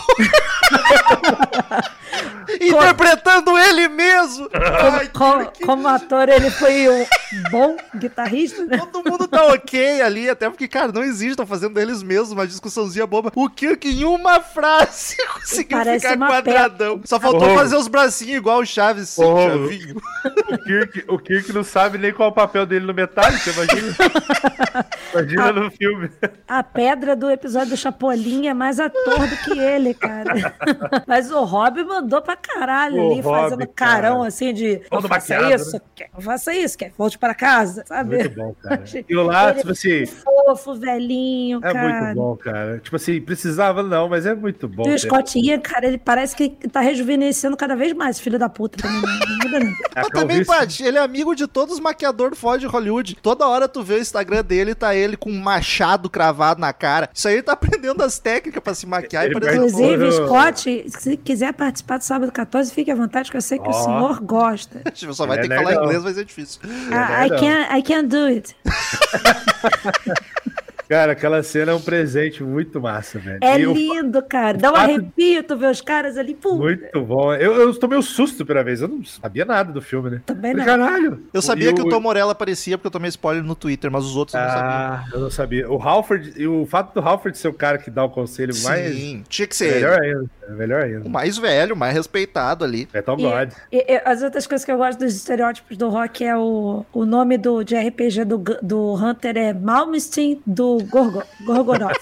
Interpretando ele mesmo. Ai, Como, Kirk. como ator, ele foi um bom guitarrista, né? Todo mundo tá ok ali, até porque, cara, não existe, estão fazendo eles mesmos uma discussãozinha boba. O Kirk, em uma frase, conseguiu Parece ficar uma quadradão. Só faltou Ô, fazer os bracinhos igual o Chaves. Sim, Ô, Chavinho. O Kirk, o Kirk não sabe nem qual é o papel dele no Metallica, imagina. Imagina no filme. A pedra do episódio do Chapolin é mais ator do que ele, cara. Mas o Rob mandou pra caralho O ali, Rob, fazendo carão cara. assim de Todo não faça maquiado, isso, né? quer, não faça isso, quer, volte para casa, sabe? Muito bom, cara. E o lá, Ele tipo assim, fofo, velhinho, é cara. muito bom, cara. Tipo assim, precisava não, mas é muito bom. E o ter- Scott Ian, cara, ele parece que tá rejuvenescendo cada vez mais, filho da puta. Também, não, não muda não. A Mas também, calvície- Paty, ele é amigo de todos os maquiadores foda de Hollywood. Toda hora tu vê o Instagram dele, tá ele com um machado cravado na cara. Isso aí ele tá aprendendo as técnicas pra se maquiar Ele e vai- parecer... Inclusive, Eu- Scott, se quiser participar do Sábado quatorze, fique à vontade, que eu sei que o Ó. senhor gosta. Tipo, só vai Ele ter é que falar nerdão. inglês, vai ser difícil. I, I, não. can't, I can't do it. Cara, aquela cena é um presente muito massa, velho. É E o- lindo, cara. Dá um fato- arrepio tu ver os caras ali. Pum. Muito bom. Eu, eu tomei um susto pela vez. Eu não sabia nada do filme, né? Também Falei, não. caralho. Eu sabia E que o Tom Morello aparecia porque eu tomei spoiler no Twitter, mas os outros eu não sabia. Ah, eu não sabia. O Halford, e o fato do Halford ser o cara que dá o conselho mais. Sim, tinha que ser Melhor ele. ainda. É melhor ainda. O mais velho, o mais respeitado ali. Metal E, God. e- e as outras coisas que eu gosto dos estereótipos do rock é o, o nome do, de R P G do, Gu- do Hunter é Malmsteen do Gorgo, Gorgoroth.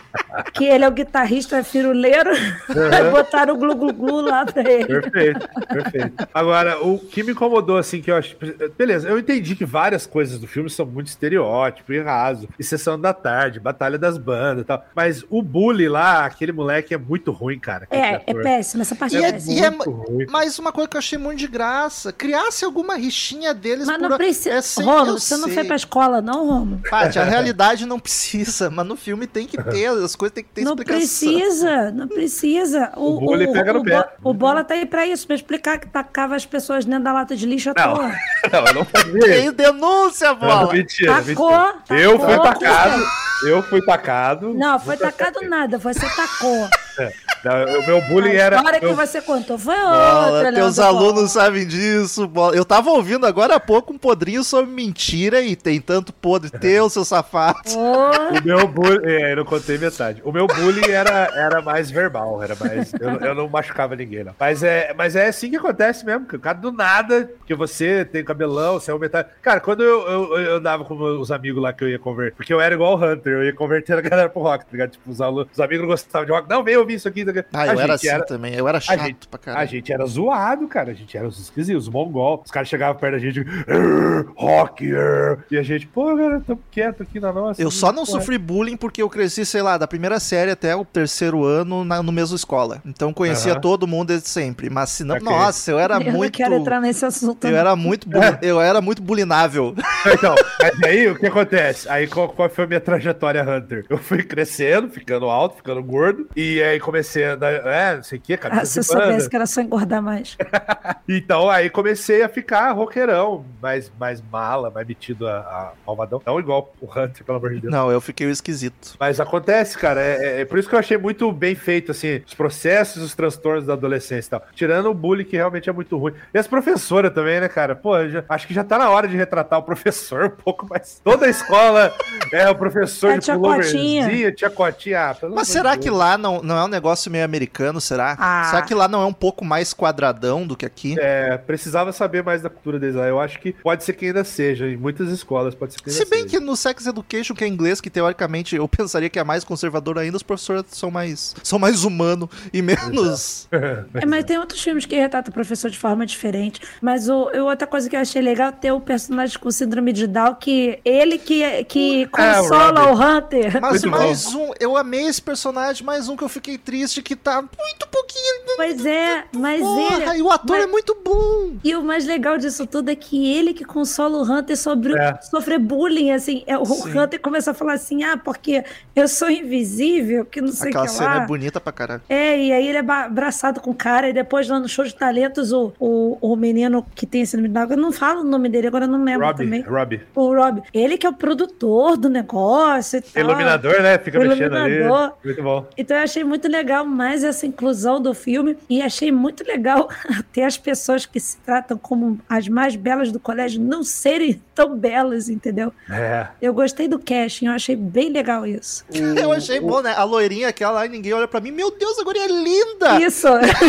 Que ele é o guitarrista firuleiro. Aí botaram o glu glu glu lá pra ele. Perfeito, perfeito. Agora, o que me incomodou, assim, que eu acho. Beleza, eu entendi que várias coisas do filme são muito estereótipo e raso. E Sessão da Tarde, Batalha das Bandas e tal. Mas o Bully lá, aquele moleque é muito ruim, cara. aquele É, é ator. péssimo. Essa parte E é, é, péssima. e é- muito ruim. mas uma coisa que eu achei muito de graça, criasse alguma rixinha deles Mas por... não precisa. é sem- Rômulo, eu você não sei. foi pra escola, não, Rômulo? Paty, a realidade não precisa, mas no filme tem que ter, as coisas tem que ter Não explicação. precisa, não precisa. O bully pega no o, pé. Bo- o Bola tá aí pra isso, pra explicar que tacava as pessoas dentro da lata de lixo à Não. toa. Não, eu não fazia. Tem denúncia, Não, bola! mentira, Tacou, mentira. Eu tacou, fui com tacado. Eu fui tacado. Não, foi tacado nada, você tacou. Não, o meu bullying A era. história que meu- você contou foi Bola, outra, teus Leandro Bola. alunos sabem disso, bola. Eu tava ouvindo agora há pouco um podrinho sobre mentira e tem tanto podre teu, seu safado. Ô, O meu bullying. É, eu não contei metade. O meu bullying era, era mais verbal, era mais. Eu, eu não machucava ninguém, não. Mas é, mas é assim que acontece mesmo, que o cara do nada, que você tem cabelão, você é um metade. Cara, quando eu, eu, eu andava com os amigos lá que eu ia converter, porque eu era igual o Hunter, eu ia converter a galera pro rock, tá ligado? Tipo, os, alunos, os amigos não gostavam de rock. Não, vem ouvir isso aqui. Tá ligado? Ah, A eu era gente assim também, eu era chato gente- pra A caralho. gente era zoado, cara. A gente era os esquisitos, os mongol. Os caras chegavam perto da gente, "Arr, rock, arr", e a gente, pô, cara, tô quieto aqui na nossa. Eu só não Pô, sofri bullying porque eu cresci, sei lá, da primeira série até o terceiro ano na, no mesmo escola. Então conhecia Aham. todo mundo desde sempre. Mas se não, Ok. nossa, eu era eu não muito. quero entrar nesse assunto. Eu não. era muito, bu- eu era muito bulinável. Então, mas aí o que acontece? Aí qual, qual foi a minha trajetória, Hunter? Eu fui crescendo, ficando alto, ficando gordo, e aí comecei a andar, é, não sei o que, Ah, cabeça se eu de banda. soubesse que era só engordar mais. Então aí comecei a ficar roqueirão, mais, mais mala, mais metido a, a malvadão. Não igual o Hunter, pelo amor de Deus. Não, eu fiquei o esquisito. Mas acontece, cara, é, é- é por isso que eu achei muito bem feito, assim, os processos, os transtornos da adolescência e tal. Tirando o bullying, que realmente é muito ruim. E as professoras também, né, cara? Pô, eu já- acho que já tá na hora de retratar o professor um pouco mais. Toda a escola é o professor É a de tia pulloverzinho, Cotinha. tia Cotinha. Ah, pelo Mas amor será de que Deus. lá não, não é um negócio meio americano, será? Ah. Será que lá não é um pouco mais quadradão do que aqui? É, precisava saber mais da cultura deles lá. Eu acho que pode ser que ainda seja. Em muitas escolas pode ser que ainda Se bem seja. que no Sex Education, que é inglês, que teoricamente eu pensaria que é mais conservador ainda, os professores são mais, são mais humanos e menos... É, mas tem outros filmes que retratam o professor de forma diferente. Mas o, eu- outra coisa que eu achei legal é ter o personagem com síndrome de Down, que ele que, que Ah, o consola Robbie. o Hunter. Mas Muito mais um, eu amei esse personagem, mais um que eu fiquei triste, que tá muito pouquinho... Pois é, mas Porra, ele. e o ator mas- é muito bom. E o mais legal disso tudo é que ele que consola o Hunter sobre É. sofrer bullying, assim. É, o Sim. Hunter começa a falar assim, ah, porque eu sou invisível, que não sei o Aquela que cena lá. é bonita pra caralho. É, e aí ele é ba- abraçado com o cara, e depois lá no show de talentos, o, o, o menino que tem esse nome de eu não falo o nome dele, agora eu não lembro Robbie, também. Robbie. O Rob, ele que é o produtor do negócio e tal. Iluminador, né? Fica mexendo Iluminador. ali. Muito bom. Então eu achei muito legal mais essa inclusão do filme e achei muito legal até as pessoas que se tratam como as mais belas do colégio não serem tão belas, entendeu? É. Eu gostei do casting, eu achei bem legal isso. Eu achei bom, né? A loirinha aquela lá, e ninguém olha pra mim. Meu Deus, agora é linda! Isso!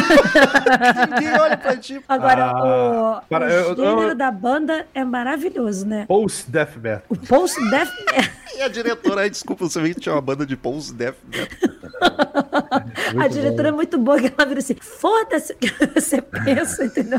Ninguém olha pra ti. Agora, Ah, o, para- o eu- eu- gênero da banda é maravilhoso, né? Post-death metal. O post-death E a diretora, ai, desculpa, você viu que tinha uma banda de post death metal. A diretora bom. É muito boa, que ela vira assim, foda-se o que você pensa, entendeu?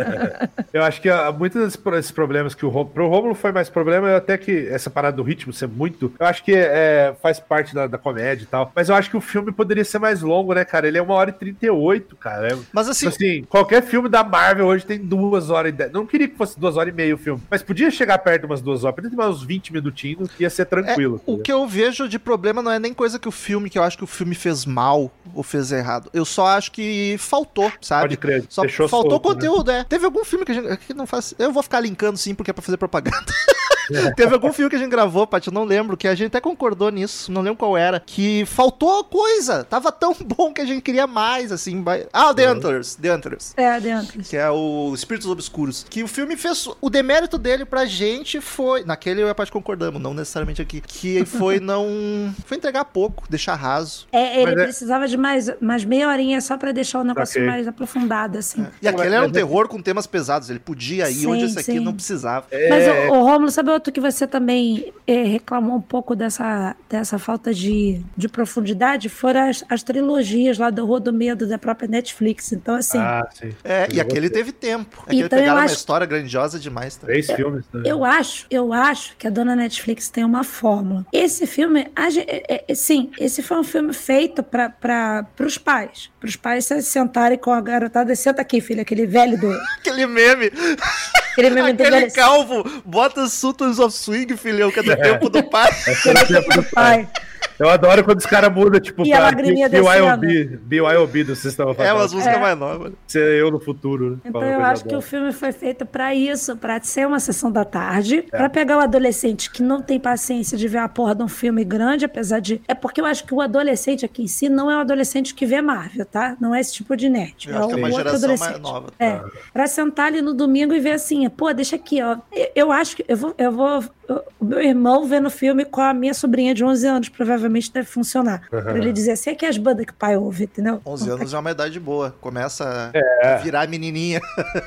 Eu acho que uh, muitos desses problemas que o Rômulo... Pro Rômulo foi mais problema, até que essa parada do ritmo ser muito... Eu acho que é, faz parte da, da comédia e tal. Mas eu acho que o filme poderia ser mais longo, né, cara? Ele é uma hora e trinta e oito, cara. É, mas assim... assim, qualquer filme da Marvel hoje tem duas horas e dez. Não queria que fosse duas horas e meia o filme. Mas podia chegar perto de umas duas horas. Podia ter mais uns vinte minutinhos que ia ser tranquilo. É, o que eu vejo de problema não é nem coisa que o filme, que eu acho que o filme fez mal ou fez errado. Eu só acho que faltou, sabe? Pode crer. Só Deixou faltou solto, conteúdo, né? é. Teve algum filme que a gente... Que não faz, eu vou ficar linkando sim, porque é pra fazer propaganda. É. Teve algum filme que a gente gravou, Paty, eu não lembro, que a gente até concordou nisso, não lembro qual era, que faltou coisa, tava tão bom que a gente queria mais, assim. Ah, The Hunters, The Hunters. É, The Hunters. Que é o Espíritos Obscuros. Que o filme fez, o demérito dele pra gente foi, naquele eu e a Paty concordamos, não necessariamente aqui, que foi não, foi entregar pouco, deixar raso. É, ele Mas precisava é... de mais, mais meia horinha só pra deixar o negócio okay. mais aprofundado, assim. É. E aquele era um terror com temas pesados, ele podia ir sim, onde esse aqui sim. não precisava. É... Mas, o, o Rômulo, sabe outro que você também é, reclamou um pouco dessa, dessa falta de, de profundidade? Foram as, as trilogias lá do Rua do Medo da própria Netflix, então assim... Ah, sim. É, eu e aquele teve tempo. Aquele então, pegaram acho... uma história grandiosa demais também. Três filmes. Né? Eu acho, eu acho que a dona Netflix tem uma fórmula. Esse filme, a, é, é, sim, esse foi um filme feito para pra, os pais. Para os pais se sentarem com a garotada e senta aqui, filho, aquele velho do... aquele meme. Aquele meme aquele do velho... calvo, bota Sultans of Swing, filhão, que é do tempo do pai. É do tempo do pai. Eu adoro quando os caras mudam, tipo, e pra B Y O B, B Y O B do Sistema Fantástico. É, umas músicas é. mais novas. Ser eu no futuro, né? Então eu acho que o filme foi feito pra isso, pra ser uma sessão da tarde, é. pra pegar o adolescente que não tem paciência de ver a porra de um filme grande, apesar de... É porque eu acho que o adolescente aqui em si não é o adolescente que vê Marvel, tá? Não é esse tipo de nerd. Eu é acho que é uma geração mais nova. Tá? É. Pra sentar ali no domingo e ver assim, pô, deixa aqui, ó. Eu, eu acho que eu vou... Eu vou eu, o meu irmão vendo o filme com a minha sobrinha de onze anos, provavelmente deve funcionar. Uhum. Pra ele dizer assim, é que é as bandas que o pai ouve, entendeu? onze então, anos tá... é uma idade boa. Começa é. a virar menininha,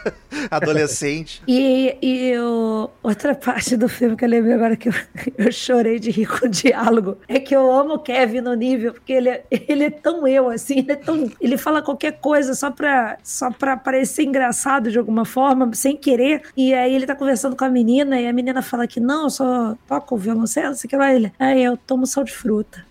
adolescente. E, e o... outra parte do filme que eu lembrei agora que eu, eu chorei de rir com o diálogo é que eu amo o Kevin no nível, porque ele é, ele é tão eu, assim, ele é tão... Ele fala qualquer coisa só pra, só pra parecer engraçado de alguma forma, sem querer. E aí ele tá conversando com a menina e a menina fala que não, eu só toco o violoncelo, sei que lá ele. Aí eu tomo sal de fruta.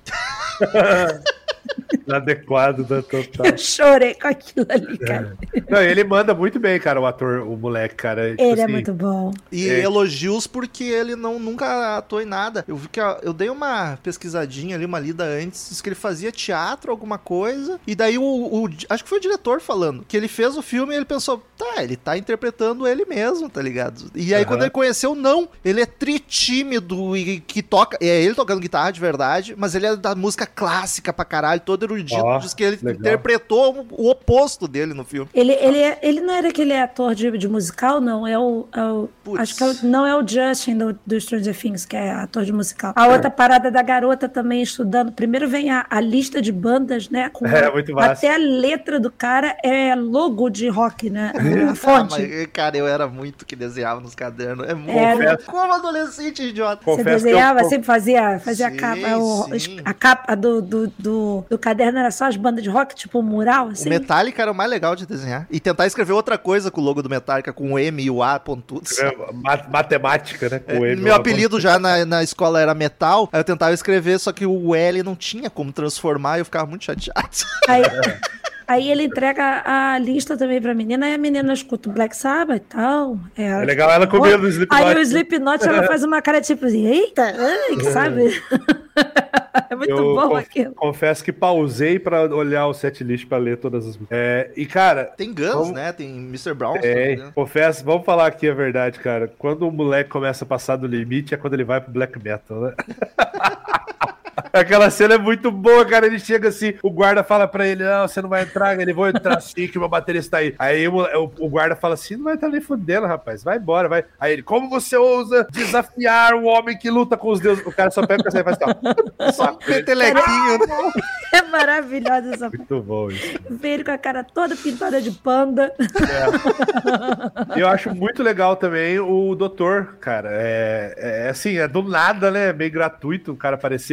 Inadequado da total. Eu chorei com aquilo ali, cara. É. Não, ele manda muito bem, cara, o ator, o moleque, cara. Tipo ele assim, é muito bom. E é. elogios porque ele não, nunca atuou em nada. Eu vi que eu dei uma pesquisadinha ali, uma lida antes, disse que ele fazia teatro, alguma coisa, e daí o, o acho que foi o diretor falando, que ele fez o filme e ele pensou, tá, ele tá interpretando ele mesmo, tá ligado? E aí uhum. quando ele conheceu, não, ele é tritímido e que toca, é ele tocando guitarra de verdade, mas ele é da música clássica pra caralho, todo erudito, oh, diz que ele legal. interpretou o oposto dele no filme. Ele, ele, é, ele não era aquele ator de, de musical, não, é o, é o acho que é o, não é o Justin do, do Stranger Things, que é ator de musical. A é. outra parada da garota também estudando, primeiro vem a, a lista de bandas, né, com é, a, muito massa. Até a letra do cara é logo de rock, né, a fonte. Ah, mas, cara, eu era muito que desenhava nos cadernos, é muito, era... como adolescente idiota. Você Confesso desenhava, eu... sempre fazia, fazia sim, a capa, o, a capa do, do, do, do caderno era só as bandas de rock, tipo um mural, assim. O Metallica era o mais legal de desenhar. E tentar escrever outra coisa com o logo do Metallica, com o M e o A, pontudos. Matemática, né? Com é, o M, meu apelido já na, na escola era Metal, aí eu tentava escrever, só que o L não tinha como transformar e eu ficava muito chateado. Aí... Aí ele entrega a lista também pra menina, aí a menina escuta o Black Sabbath e tal. É, é legal ela comendo o Slipknot. Aí o Slipknot, ela faz uma cara tipo assim, eita, ai, que sabe? É muito eu bom conf aquilo. Confesso que pausei pra olhar o setlist pra ler todas as músicas. É, e, cara... Tem Guns, vamos... né? Tem mister Brown. É, confesso, vamos falar aqui a verdade, cara. Quando o moleque começa a passar do limite é quando ele vai pro black metal, né? Aquela cena é muito boa, cara. Ele chega assim, o guarda fala pra ele: não, você não vai entrar. Ele, vou entrar sim, que o meu baterista tá aí. Aí o, o, o guarda fala assim: não vai estar nem fudendo, rapaz, vai embora, vai. Aí ele: como você ousa desafiar o homem que luta com os deuses? O cara só pega e faz assim, só um petelequinho, né? É maravilhoso essa muito bom isso. Vê ele com a cara toda pintada de panda. É. Eu acho muito legal também o doutor, cara. É, é assim, é do nada, né? É meio gratuito o cara aparecer, mas é meio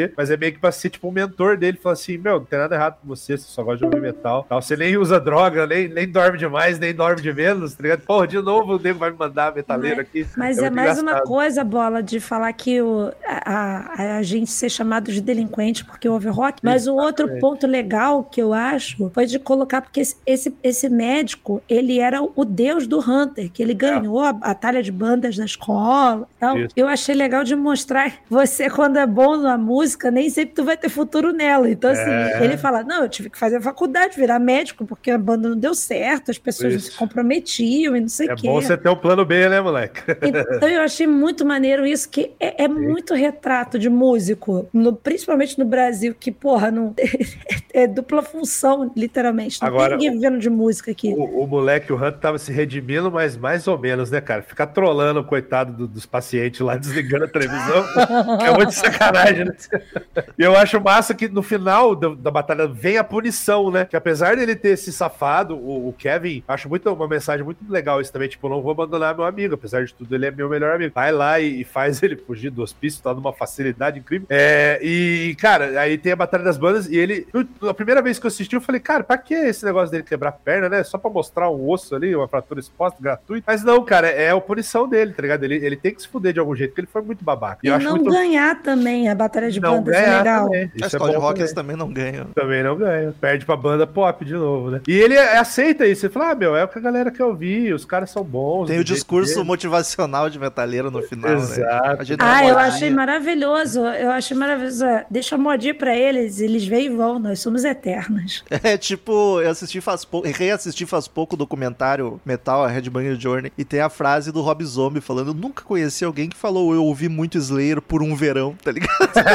meio que pra ser tipo um mentor dele, fala assim, meu, não tem nada errado com você, você só gosta de ouvir metal, tal. Você nem usa droga, nem, nem dorme demais, nem dorme de menos, tá ligado? Porra, de novo o nego vai me mandar metaleiro aqui. Mas é, é mais engraçado. Uma coisa, Bola, de falar que o, a, a, a gente ser chamado de delinquente porque houve rock, mas o outro ponto legal que eu acho foi de colocar, porque esse, esse, esse médico, ele era o deus do Hunter, que ele ganhou é. a batalha de bandas na escola. Então, Isso. eu achei legal de mostrar que você, quando é bom na música, nem sempre tu vai ter futuro nela. Então, assim, é. ele fala, não, eu tive que fazer a faculdade, virar médico, porque a banda não deu certo, as pessoas Isso. não se comprometiam e não sei o é quê. É bom você ter um plano B, né, moleque? Então, eu achei muito maneiro isso, que é, é muito retrato de músico, no, principalmente no Brasil, que, porra, não, é, é dupla função, literalmente. Não Agora, tem ninguém vivendo de música aqui. O, o moleque, o Hunter, tava se redimindo, mas mais ou menos, né, cara? Ficar trolando o coitado do, dos pacientes lá, desligando a televisão, é muito sacanagem, né? E eu acho massa que no final da, da batalha vem a punição, né? Que apesar dele ter se safado, o, o Kevin, acho muito, uma mensagem muito legal isso também, tipo, não vou abandonar meu amigo, apesar de tudo, ele é meu melhor amigo. Vai lá e, e faz ele fugir do hospício, tá numa facilidade incrível. É, e, cara, aí tem a Batalha das Bandas, e ele, a primeira vez que eu assisti, eu falei, cara, pra que esse negócio dele quebrar a perna, né? Só pra mostrar um osso ali, uma fratura exposta, gratuito. Mas não, cara, é a punição dele, tá ligado? Ele, ele tem que se fuder de algum jeito, porque ele foi muito babaca. E, e não muito... ganhar também a Batalha de Bandas é legal. Também. Isso é bom de Rockets também não ganha. Também não ganha. Perde pra banda pop de novo, né? E ele aceita isso. Ele fala, ah, meu, é o que a galera quer ouvir, os caras são bons. Tem o discurso dele. motivacional de metaleiro no final, Exato. né? Ah, eu achei maravilhoso. Eu achei maravilhoso. Deixa a modinha pra eles, eles vêm e vão, nós somos eternos. É, tipo, eu assisti faz pouco, reassisti faz pouco o documentário Metal, a Headbanger Journey, e tem a frase do Rob Zombie falando, eu nunca conheci alguém que falou, eu ouvi muito Slayer por um verão, tá ligado?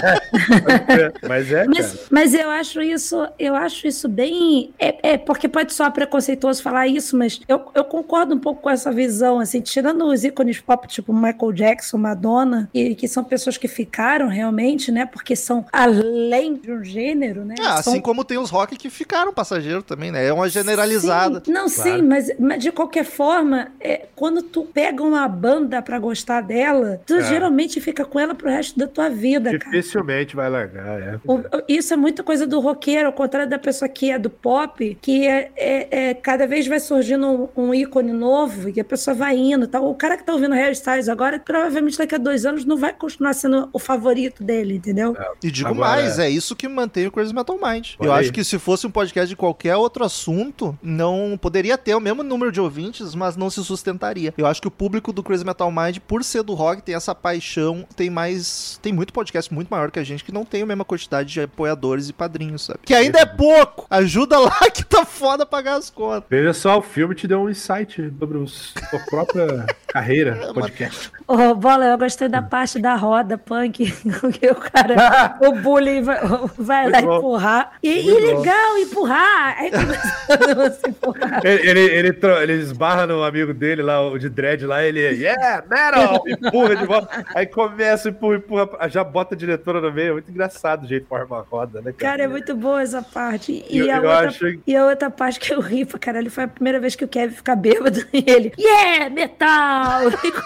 Mas é, mas, cara. Mas eu acho isso, eu acho isso bem... É, é porque pode soar preconceituoso falar isso, mas eu, eu concordo um pouco com essa visão, assim, tirando os ícones pop, tipo Michael Jackson, Madonna, e que são pessoas que ficaram realmente, né, porque são além de um gênero, né? Ah, são... assim como tem os rock que ficaram passageiro também, né? É uma generalizada. Sim, não, claro. sim, mas, mas de qualquer forma, é, quando tu pega uma banda pra gostar dela, tu é. geralmente fica com ela pro resto da tua vida, Dificilmente cara. Dificilmente vai largar, é. O, isso é muita coisa do roqueiro, ao contrário da pessoa que é do pop, que é, é, é cada vez vai surgindo um, um ícone novo e a pessoa vai indo, tá? O cara que tá ouvindo Harry Styles agora, provavelmente daqui a dois anos não vai continuar sendo o favorito dele, entendeu? É. E digo agora, mais, é isso que mantém o Crazy Metal Mind. Eu aí. acho que se fosse um podcast de qualquer outro assunto, não poderia ter o mesmo número de ouvintes, mas não se sustentaria. Eu acho que o público do Crazy Metal Mind, por ser do rock, tem essa paixão, tem mais... Tem muito podcast muito maior que a gente que não tem a mesma quantidade de apoiadores e padrinhos, sabe? Que ainda é pouco! Ajuda lá que tá foda pagar as contas. Veja só, o filme te deu um insight sobre os, a própria carreira podcast. Ô, oh, Bola, eu gostei da parte da roda punk, que o cara, o bullying vai, vai lá bom. empurrar. E, e legal, empurrar! Aí começa a empurrar. Ele, ele, ele, ele esbarra no amigo dele lá, o de dread lá, ele yeah, metal! Empurra de volta. Aí começa, empurra, empurra, já bota a diretora no meio. É muito engraçado o jeito de formar a roda, né, cara? Cara, é muito boa essa parte. E, eu, a, eu outra, acho... e a outra parte que eu ri pra caralho foi a primeira vez que o Kevin fica bêbado e ele, yeah, metal!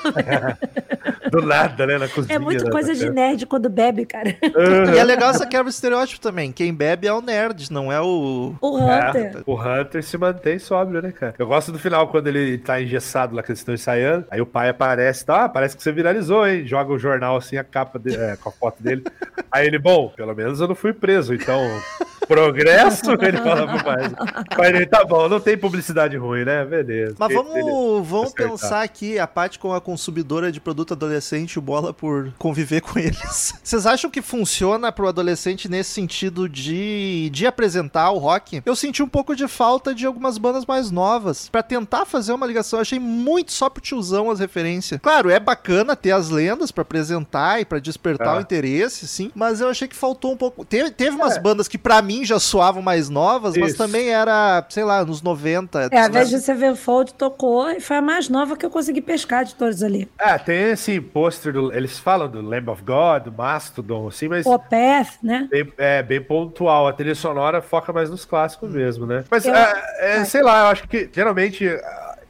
Do nada, né, na cozinha. É muito né, coisa de nerd quando bebe, cara. Uhum. E é legal essa quebra de estereótipo também. Quem bebe é o nerd, não é o... O Hunter. É, o Hunter se mantém sóbrio, né, cara? Eu gosto do final, quando ele tá engessado lá, que eles estão ensaiando, aí o pai aparece, tá? Ah, parece que você viralizou, hein? Joga o jornal assim, a capa de, é, com a foto dele. Aí ele, bom, pelo menos eu não fui preso, então... Progresso? Ele fala pro pai. Pai dele, tá bom, não tem publicidade ruim, né? Beleza. Mas vamos, vamos pensar aqui, a Paty como a consumidora de produto adolescente, o Bola por conviver com eles. Vocês acham que funciona pro adolescente nesse sentido de, de apresentar o rock? Eu senti um pouco de falta de algumas bandas mais novas pra tentar fazer uma ligação. Eu achei muito só pro tiozão as referências. Claro, é bacana ter as lendas pra apresentar e pra despertar ah. o interesse, sim, mas eu achei que faltou um pouco. Teve, teve umas é. bandas que pra mim já soavam mais novas, Isso. mas também era, sei lá, nos noventa. É, a vez de Sevenfold tocou e foi a mais nova que eu consegui pescar de todos ali. Ah, tem esse pôster, do, eles falam do Lamb of God, do Mastodon, assim, mas... O Path, né? Bem, é, bem pontual. A trilha sonora foca mais nos clássicos mesmo, né? Mas, eu... é, é, sei lá, eu acho que, geralmente...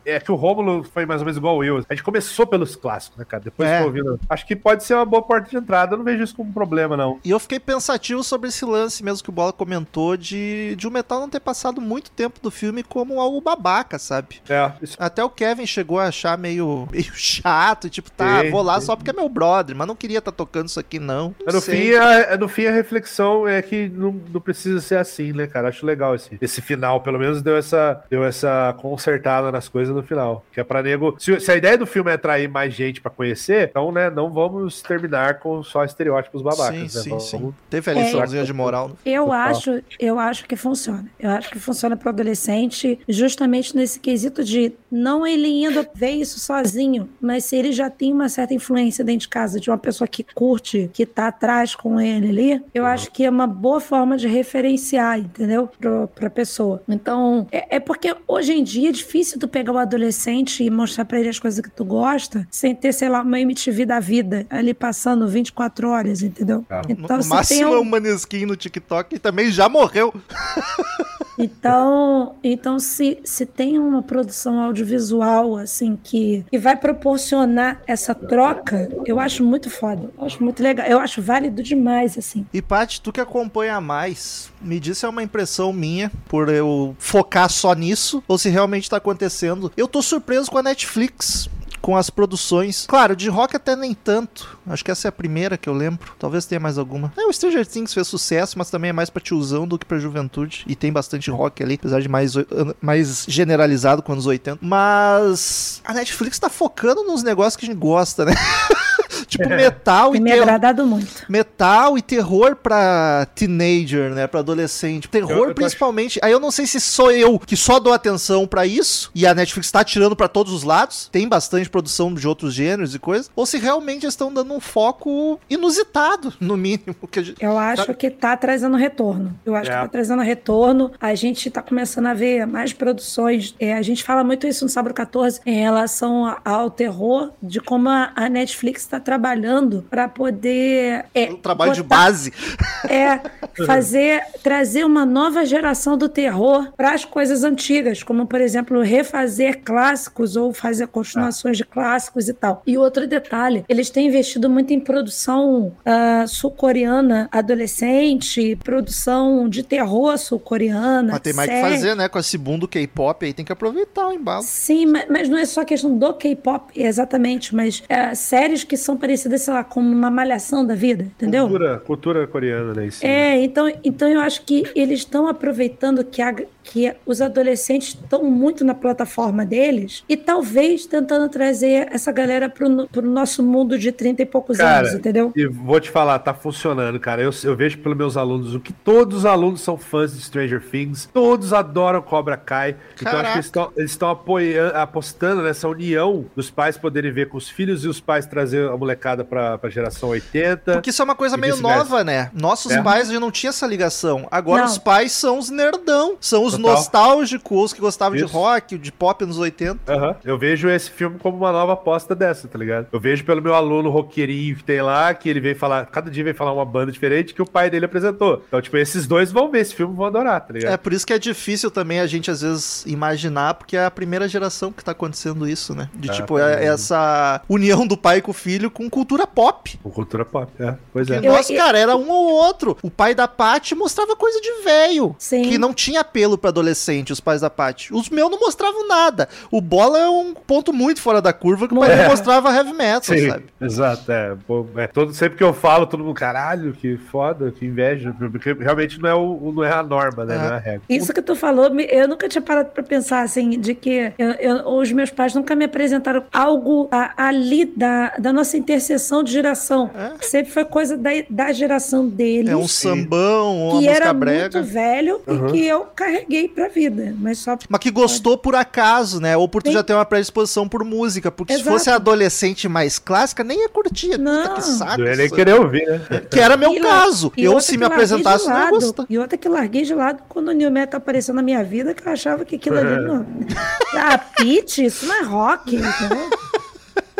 é que o Rômulo foi mais ou menos igual eu. A gente começou pelos clássicos, né, cara? Depois É. foi ouvindo. Acho que pode ser uma boa porta de entrada. Eu não vejo isso como um problema, não. E eu fiquei pensativo sobre esse lance mesmo que o Bola comentou de, de o metal não ter passado muito tempo do filme como algo babaca, sabe? É, isso. Até o Kevin chegou a achar meio, meio chato, tipo, tá, Sim, vou lá sim. só porque é meu brother, mas não queria estar tocando isso aqui, não. Não No sei. fim, a, no fim, a reflexão é que não, não precisa ser assim, né, cara? Acho legal esse, esse final. Pelo menos deu essa, deu essa consertada nas coisas no final. Que é pra nego... Se, se a ideia do filme é atrair mais gente pra conhecer, então, né, não vamos terminar com só estereótipos babacas, Sim, né? sim, Vamos- sim. Teve a É. liçãozinha de moral. Eu Total. acho, eu acho que funciona. Eu acho que funciona para o adolescente justamente nesse quesito de não ele indo ver isso sozinho, mas se ele já tem uma certa influência dentro de casa de uma pessoa que curte, que tá atrás com ele ali, eu Uhum. acho que é uma boa forma de referenciar, entendeu? Pro, pra pessoa. Então, é, é porque hoje em dia é difícil tu pegar o adolescente e mostrar pra ele as coisas que tu gosta sem ter, sei lá, uma M T V da vida ali passando vinte e quatro horas, entendeu? Tá. Então, No se tem máximo um- é um Maneskin no TikTok e também já morreu. Então, então se, se tem uma produção audiovisual, assim, que, que vai proporcionar essa troca, eu acho muito foda. Eu acho muito legal. Eu acho válido demais, assim. E Paty, tu que acompanha mais, me diz se é uma impressão minha por eu focar só nisso ou se realmente tá acontecendo. Eu tô surpreso com a Netflix, com as produções. Claro, de rock até nem tanto. Acho que essa é a primeira que eu lembro. Talvez tenha mais alguma. É, o Stranger Things fez sucesso, mas também é mais pra tiozão do que pra juventude. E tem bastante rock ali, apesar de mais, mais generalizado com os anos oitenta. Mas a Netflix tá focando nos negócios que a gente gosta, né? Tipo metal Tem e me terror. agradado muito. Metal e terror pra teenager, né? Pra adolescente. Terror, Eu- eu tô principalmente. Aí eu não sei se sou eu que só dou atenção pra isso e a Netflix tá tirando pra todos os lados. Tem bastante produção de outros gêneros e coisas. Ou se realmente eles estão dando um foco inusitado, no mínimo. Que a gente... Eu acho que tá trazendo retorno. Eu acho É. que tá trazendo retorno. A gente tá começando a ver mais produções. É, a gente fala muito isso no Sábado quatorze em relação a- ao terror, de como a, a Netflix tá trabalhando pra poder... É, O trabalho de botar- base. É fazer, trazer uma nova geração do terror para as coisas antigas, como, por exemplo, refazer clássicos ou fazer continuações de clássicos e tal. E outro detalhe, eles têm investido muito em produção ah, sul-coreana adolescente, produção de terror sul-coreana. Mas tem mais que série. fazer, né? Com esse boom do K-pop aí, tem que aproveitar o embalo. Sim, ma- mas não é só questão do K-pop, exatamente, mas é, séries que são parecidas, sei lá, como uma malhação da vida, entendeu? Cultura, cultura coreana, né? Isso, né? É, então, então eu acho que eles estão aproveitando que, a- que os adolescentes estão muito na plataforma deles e talvez tentando trazer essa galera pro, no- pro nosso mundo de trinta e poucos Cara, anos, entendeu? E vou te falar, tá funcionando, cara. Eu, eu vejo pelos meus alunos o que todos os alunos são fãs de Stranger Things, todos adoram Cobra Kai. Então acho Caraca. que eles estão eles estão apoiando, apostando nessa união dos pais poderem ver com os filhos e os pais trazer a molecada pra, pra geração oitenta. Porque isso é uma coisa E meio vice-versa. nova, né? Nossos É. pais já não tinha essa ligação. Agora Não. os pais são os nerdão. São os Total. nostálgicos, os que gostavam de Isso. rock, de pop nos oitenta. Aham. Eu vejo esse filme como uma nova aposta dessa, tá ligado? Eu vejo pelo meu aluno roqueirinho que tem lá, que ele vem falar, cada dia vem falar uma banda diferente que o pai dele apresentou. Então, tipo, esses dois vão ver esse filme e vão adorar, tá ligado? É por isso que é difícil também a gente às vezes imaginar, porque é a primeira geração que tá acontecendo isso, né? De Ah, tipo, tá é- mesmo. essa união do pai com o filho com cultura pop. Com cultura pop, é. Pois é. Porque Eu- nós, eu- cara, era um ou outro. O pai da Paty mostrava coisa de velho. Sim. Que não tinha apelo pra adolescente, os pais da Paty. Os meus não mostravam nada. O Bola é um ponto muito fora da curva, que o pai dele mostrava heavy metal, Sim, sabe? exato, é, pô, é todo, sempre que eu falo, todo mundo, caralho, que foda, que inveja, porque realmente não é, o, não é a norma, né, É. não é a regra. Isso que tu falou, me- eu nunca tinha parado pra pensar assim, de que eu- eu- os meus pais nunca me apresentaram algo a- ali da, da nossa interseção de geração. É. Sempre foi coisa da, da geração deles. É um sambão, uma que música era brega. muito velho Uhum. e que eu carreguei pra vida, mas só Mas que gostou por acaso, né? Ou por tu Sim. já ter uma predisposição por música. Porque se Exato. fosse adolescente mais clássica, nem ia curtir. Não. Puta, que saco. Não ia nem isso. quer ouvir, né? Que era meu E la- caso. e Eu, outra se que me larguei apresentasse, de não ia lado. gostar. E outra que larguei de lado quando o New Metal apareceu na minha vida, que eu achava que aquilo ali não. Ah, Pitch, isso não é rock, entendeu?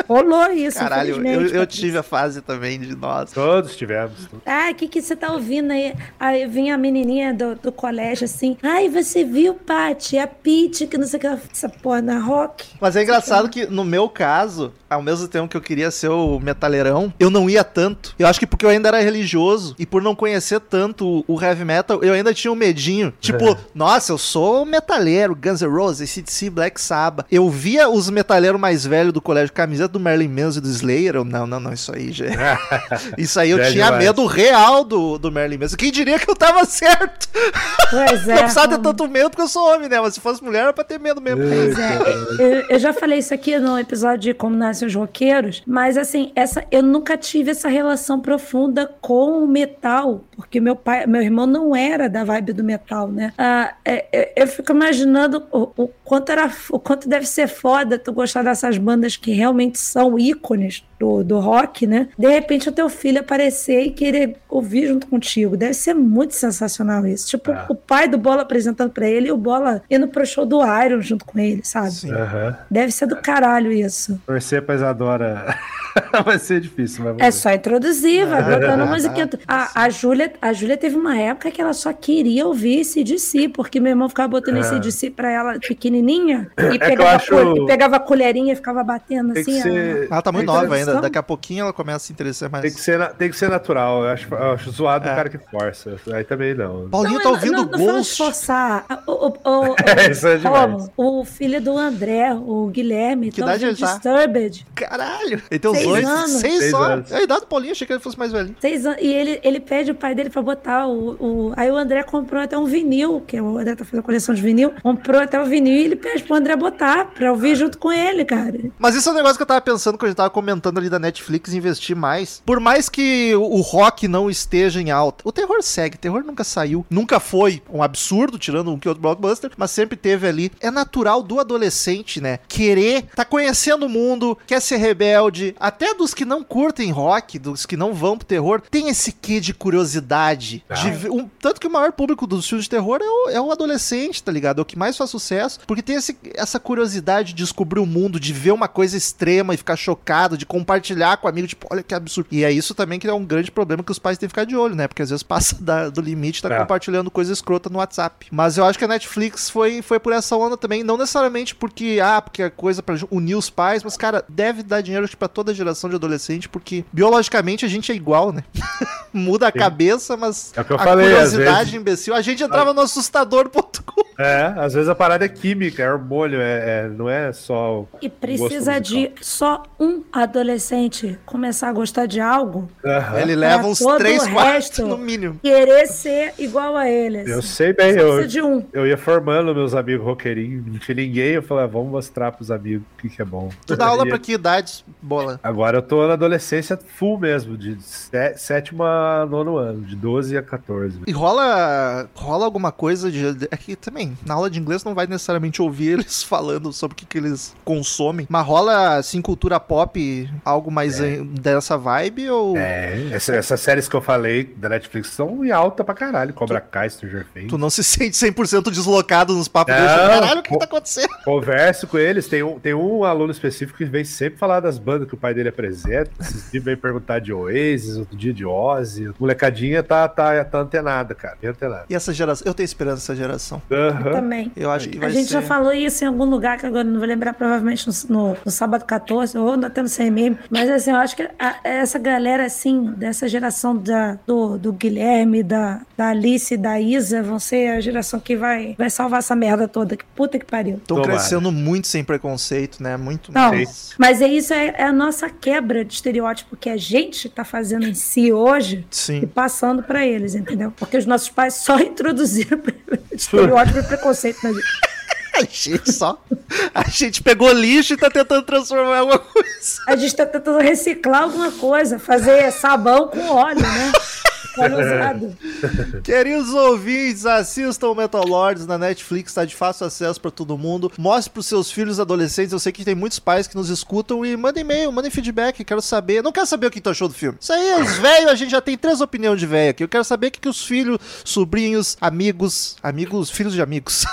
Rolou isso, Caralho, eu, infelizmente, eu Patrícia. tive a fase também de nós. Todos tivemos. Ah, o que que você tá ouvindo aí? Aí vinha a menininha do, do colégio assim, ai, você viu, Paty, a Pitty, que não sei o que, ela- essa porra na rock. Mas é engraçado que, no meu caso, ao mesmo tempo que eu queria ser o metaleirão, eu não ia tanto. Eu acho que porque eu ainda era religioso e por não conhecer tanto o heavy metal, eu ainda tinha um medinho. Tipo, nossa, eu sou metaleiro, Guns N' Roses, A C D C, Black Sabbath. Eu via os metaleiros mais velhos do colégio, camiseta do Marilyn Manson e do Slayer. Eu, não, não, não, isso aí já... Isso aí eu Já é tinha demais. medo real do, do Marilyn Manson. Quem diria que eu tava certo? Pois é. Não precisava ter como- tanto medo porque eu sou homem, né? Mas se fosse mulher era pra ter medo mesmo. Pois é. Eu, eu já falei isso aqui no episódio de Como Nascem os Roqueiros, mas assim, essa, eu nunca tive essa relação profunda com o metal, porque meu pai, meu irmão não era da vibe do metal, né? Ah, é, é, eu fico imaginando o, o quanto era, o quanto deve ser foda tu gostar dessas bandas que realmente são ícones do, do rock, né? De repente o teu filho aparecer e querer ouvir junto contigo. Deve ser muito sensacional isso. Tipo, Ah. o pai do Bola apresentando pra ele e o Bola indo pro show do Iron junto com ele, sabe? Sim. Aham. Deve ser do caralho isso. Torcer pra Isadora vai ser difícil, mas vamos É ver. só introduzir, vai botando Ah, musiquinha. A, a, Júlia, a Júlia teve uma época que ela só queria ouvir A C D C, porque meu irmão ficava botando A C D C pra ela pequenininha e, que eu pegava, acho- col- e pegava a colherinha e ficava batendo Tem assim. que ser, Ela tá muito A nova introdução? ainda. Daqui a pouquinho ela começa a se interessar mais. tem que ser, na- tem que ser natural. Eu acho, eu acho zoado É. o cara que força. Aí também não. Paulinho Não, tá eu- ouvindo não, não fala de Ghost. forçar. O, o, o, o, É, isso é demais. Romulo, o filho do André, o Guilherme, Que tá idade ouvindo ele tá? Disturbed. Caralho! Ele tem uns Seis oito, anos. seis Seis só. anos. É a idade do Paulinho, achei que ele fosse mais velho. Seis anos. E ele, ele pede o pai dele pra botar o, o. Aí o André comprou até um vinil, que o André tá fazendo coleção de vinil. Comprou até o vinil e ele pede pro André botar pra ouvir junto com ele, cara. Mas isso é um negócio que eu tava pensando quando a gente tava comentando ali da Netflix investir mais. Por mais que o o rock não esteja em alta, o terror segue. O terror nunca saiu. Nunca foi um absurdo, tirando um que outro blockbuster, mas sempre teve ali. É natural do adolescente, né? Querer, tá conhecendo o mundo, quer ser rebelde. Até dos que não curtem rock, dos que não vão pro terror, tem esse quê de curiosidade. De ver- um- tanto que o maior público dos filmes de terror é o, é o adolescente, tá ligado? É o que mais faz sucesso, porque tem esse- essa curiosidade de descobrir o mundo, de ver uma coisa extrema e ficar chocado, de compartilhar com o amigo, tipo, olha que absurdo. E é isso também que é um grande problema que os pais têm que ficar de olho, né? Porque às vezes passa da- do limite, tá É. compartilhando coisa escrota no WhatsApp. Mas eu acho que a Netflix foi, foi por essa onda também, não necessariamente porque, ah, porque é coisa pra ju- unir os pais, mas, cara, deve dar dinheiro acho que pra toda geração de adolescente, porque biologicamente a gente é igual, né? Muda a Sim. cabeça, mas É o que eu a falei, às curiosidade vezes- imbecil. A gente entrava no assustador ponto com. É, às vezes a parada é química, é hormônio, é, é- não é só. o E gosto precisa musical. de só um adolescente começar a gostar de algo, Aham. Ele leva Pra uns todo três, o quatro resto. no mínimo. querer ser igual a eles. Eu sei bem, Só eu, precisa de um. eu ia formando meus amigos roqueirinhos, não tinha ninguém, eu falei, ah, vamos mostrar pros amigos o que, que é bom. Tu dá aula E pra que idade, Bola? Agora eu tô na adolescência full mesmo, de sé- sétimo a nono ano, de doze a quatorze. E rola, rola alguma coisa de... É que também, na aula de inglês não vai necessariamente ouvir eles falando sobre o que, que eles consomem, mas rola, assim, cultura pop, algo mais em- dessa vibe, ou É, essa- essas séries que eu falei da Netflix são em alta pra caralho, Cobra Kai, Stranger Things. tu não se sente cem por cento deslocado nos papos Não, deles? Caralho, o que, que pô. tá acontecendo? Converso com eles, tem um, tem um aluno específico que vem sempre falar das bandas que o pai dele apresenta. Esses dias veio perguntar de Oasis, outro dia de Ozzy. Molecadinha tá, tá, tá antenada, cara, bem antenada. E essa geração? Eu tenho esperança nessa geração. Aham. Também. Eu acho que vai A gente ser... já falou isso em algum lugar, que agora não vou lembrar, provavelmente no, no, no sábado quatorze, ou até no C M M. Mas assim, eu acho que a- essa galera, assim, dessa geração da, do, do Guilherme, da, da Alice e da Isa, vão ser a geração que vai, vai salvar essa merda toda. Que puta que pariu. Estão Tomara. crescendo muito sem preconceito, né? Muito Não, mais. mas é isso, é, é a nossa quebra de estereótipo que a gente tá fazendo em si hoje e Sim. passando pra eles, entendeu? Porque os nossos pais só introduziram estereótipo e preconceito na gente. A gente só... A gente pegou lixo e tá tentando transformar em alguma coisa. A gente tá tentando reciclar alguma coisa, fazer sabão com óleo, né? Óleo usado. Queridos ouvintes, assistam o Metal Lords na Netflix, tá de fácil acesso pra todo mundo. Mostre pros seus filhos adolescentes, eu sei que tem muitos pais que nos escutam, e mandem e-mail, mandem feedback, quero saber. Não quero saber o que tu achou do filme. Isso aí, os velhos, a gente já tem três opiniões de velho aqui. Eu quero saber o que, que os filhos, sobrinhos, amigos, amigos, filhos de amigos,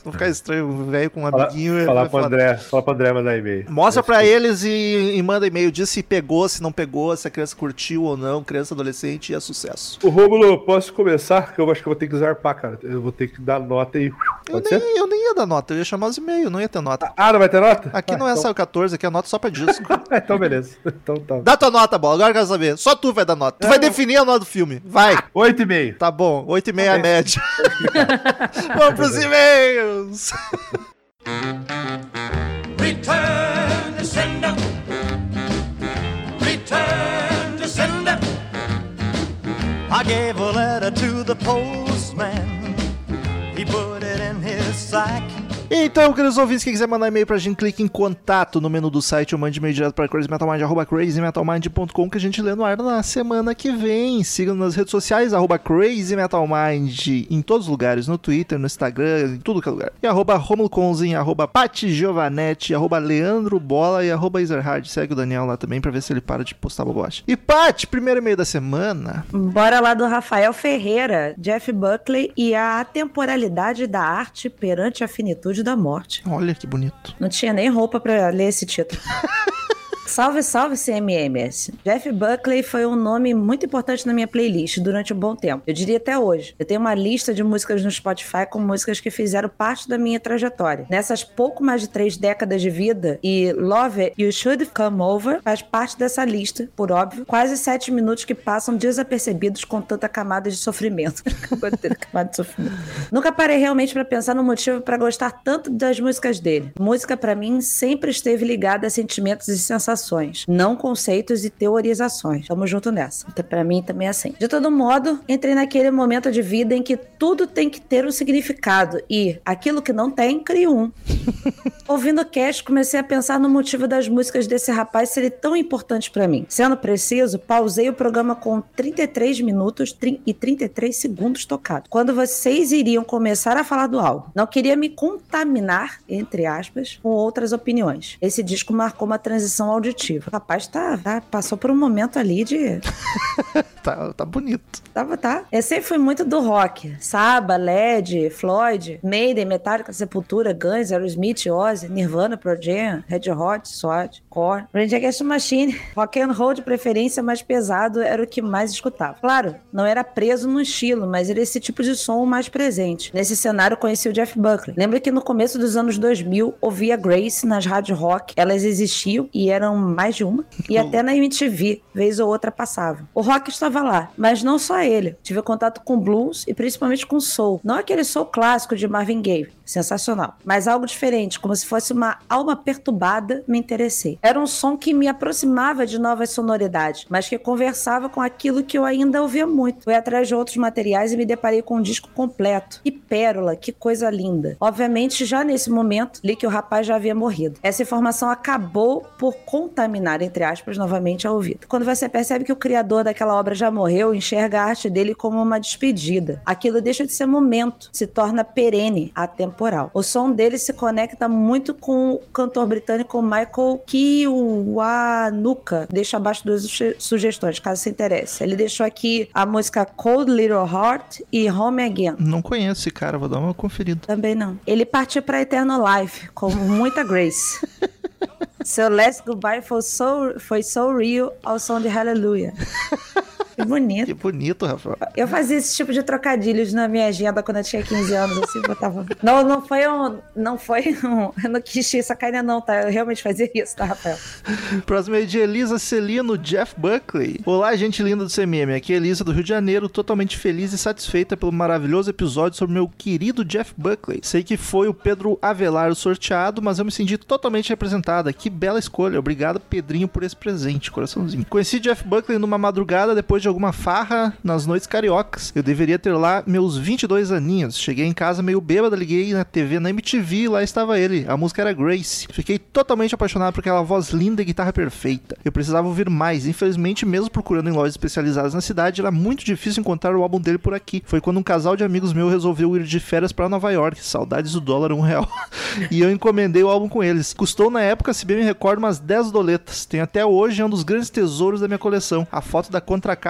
Vai ficar estranho, um velho com um Fala, amiguinho. falar pro André, fala pro André mandar e-mail. Mostra pra eles e, e manda e-mail. Diz se pegou, se não pegou, se a criança curtiu ou não. Criança, adolescente e é sucesso. O Rômulo, posso começar? Que eu acho que eu vou ter que zarpar, cara. Eu vou ter que dar nota e... Eu nem, eu nem ia dar nota, eu ia chamar os e-mails, não ia ter nota. Ah, não vai ter nota? Aqui ah, não é então... só o catorze, aqui é nota só pra disco. Então beleza. Então tá. Dá tua nota, Bola, agora eu quero saber. Só tu vai dar nota. Tu é. vai definir a nota do filme. Vai. Oito e meio. Tá bom, oito e meio é a média. Vamos pros e-mails. Return to sender. Return to sender. I gave a letter to the postman. He put it in his sack. Então, queridos ouvintes, quem quiser mandar e-mail pra gente, clique em contato no menu do site ou mande e-mail direto pra crazymetalmind, arroba crazymetalmind ponto com, que a gente lê no ar na semana que vem. Siga-nos nas redes sociais, arroba crazymetalmind, em todos os lugares, no Twitter, no Instagram, em tudo que é lugar. E arroba Romulo Conzin, arroba Pati Giovanetti, arroba Leandro Bola e arroba Ezerhard. Segue o Daniel lá também pra ver se ele para de postar bobagem. E Pati, primeiro e-mail da semana. Bora lá do Rafael Ferreira, Jeff Buckley e a atemporalidade da arte perante a finitude da morte. Olha que bonito. Não tinha nem roupa pra ler esse título. Salve, salve, C M M S. Jeff Buckley foi um nome muito importante na minha playlist durante um bom tempo. Eu diria até hoje. Eu tenho uma lista de músicas no Spotify com músicas que fizeram parte da minha trajetória. Nessas pouco mais de três décadas de vida, e Love It, You Should Come Over faz parte dessa lista, por óbvio. Quase sete minutos que passam desapercebidos com tanta camada de sofrimento. camada de sofrimento. Nunca parei realmente pra pensar no motivo pra gostar tanto das músicas dele. Música, pra mim, sempre esteve ligada a sentimentos e sensações, não conceitos e teorizações. Tamo junto nessa. Então, pra mim também é assim. De todo modo, entrei naquele momento de vida em que tudo tem que ter um significado e aquilo que não tem, crio um. Ouvindo o cast, comecei a pensar no motivo das músicas desse rapaz serem tão importantes pra mim. Sendo preciso, pausei o programa com trinta e três minutos e trinta e três segundos tocado, quando vocês iriam começar a falar do álbum. Não queria me contaminar, entre aspas, com outras opiniões. Esse disco marcou uma transição auditiva. O rapaz tá, tá, passou por um momento ali de... tá, tá bonito. Tava, tá. Eu sempre fui muito do rock. Saba, Led, Floyd, Maiden, Metallica, Sepultura, Guns, Aerosmith, Ozzy, Nirvana, Pearl Jam, Red Hot, Sword, Korn, Rage Against the Machine. Rock and roll de preferência mais pesado era o que mais escutava. Claro, não era preso no estilo, mas era esse tipo de som mais presente. Nesse cenário, conheci o Jeff Buckley. Lembro que no começo dos anos dois mil, ouvia Grace nas rádios rock. Elas existiam e eram mais de uma. E até na M T V, vez ou outra passava. O rock estava lá, mas não só ele. Tive contato com blues e principalmente com soul. Não aquele soul clássico de Marvin Gaye, sensacional, mas algo diferente, como se fosse uma alma perturbada. Me interessei. Era um som que me aproximava de novas sonoridades, mas que conversava com aquilo que eu ainda ouvia muito. Fui atrás de outros materiais e me deparei com um disco completo. Que pérola, que coisa linda. Obviamente, já nesse momento, li que o rapaz já havia morrido. Essa informação acabou por contaminar, entre aspas, novamente a ouvida. Quando você percebe que o criador daquela obra já morreu, enxerga a arte dele como uma despedida. Aquilo deixa de ser momento, se torna perene, atemporal. O som dele se conecta muito com o cantor britânico Michael Kiwanuka. Deixa abaixo duas sugestões, caso se interesse. Ele deixou aqui a música Cold Little Heart e Home Again. Não conheço esse cara, vou dar uma conferida. Também não. Ele partiu pra Eternal Life, com muita Grace. Seu Last Goodbye foi so, foi so real ao som de Hallelujah. Que bonito. Que bonito, Rafael. Eu fazia esse tipo de trocadilhos na minha agenda quando eu tinha quinze anos, assim, botava... Não, não foi um... Não foi um... Eu não quis sacanear não, tá? Eu realmente fazia isso, tá, Rafael? Próximo é de Elisa Celino, Jeff Buckley. Olá, gente linda do C M M. Aqui é Elisa do Rio de Janeiro, totalmente feliz e satisfeita pelo maravilhoso episódio sobre meu querido Jeff Buckley. Sei que foi o Pedro Avelar o sorteado, mas eu me senti totalmente representada. Que bela escolha. Obrigado, Pedrinho, por esse presente. Coraçãozinho. Conheci Jeff Buckley numa madrugada depois de alguma farra nas noites cariocas. Eu deveria ter lá meus vinte e dois aninhos. Cheguei em casa meio bêbada, liguei na T V na M T V e lá estava ele. A música era Grace. Fiquei totalmente apaixonado por aquela voz linda e guitarra perfeita. Eu precisava ouvir mais. Infelizmente, mesmo procurando em lojas especializadas na cidade, era muito difícil encontrar o álbum dele por aqui. Foi quando um casal de amigos meus resolveu ir de férias para Nova York. Saudades do dólar um real. E eu encomendei o álbum com eles. Custou na época, se bem me recordo, umas dez doletas. Tem até hoje, é um dos grandes tesouros da minha coleção. A foto da contracapa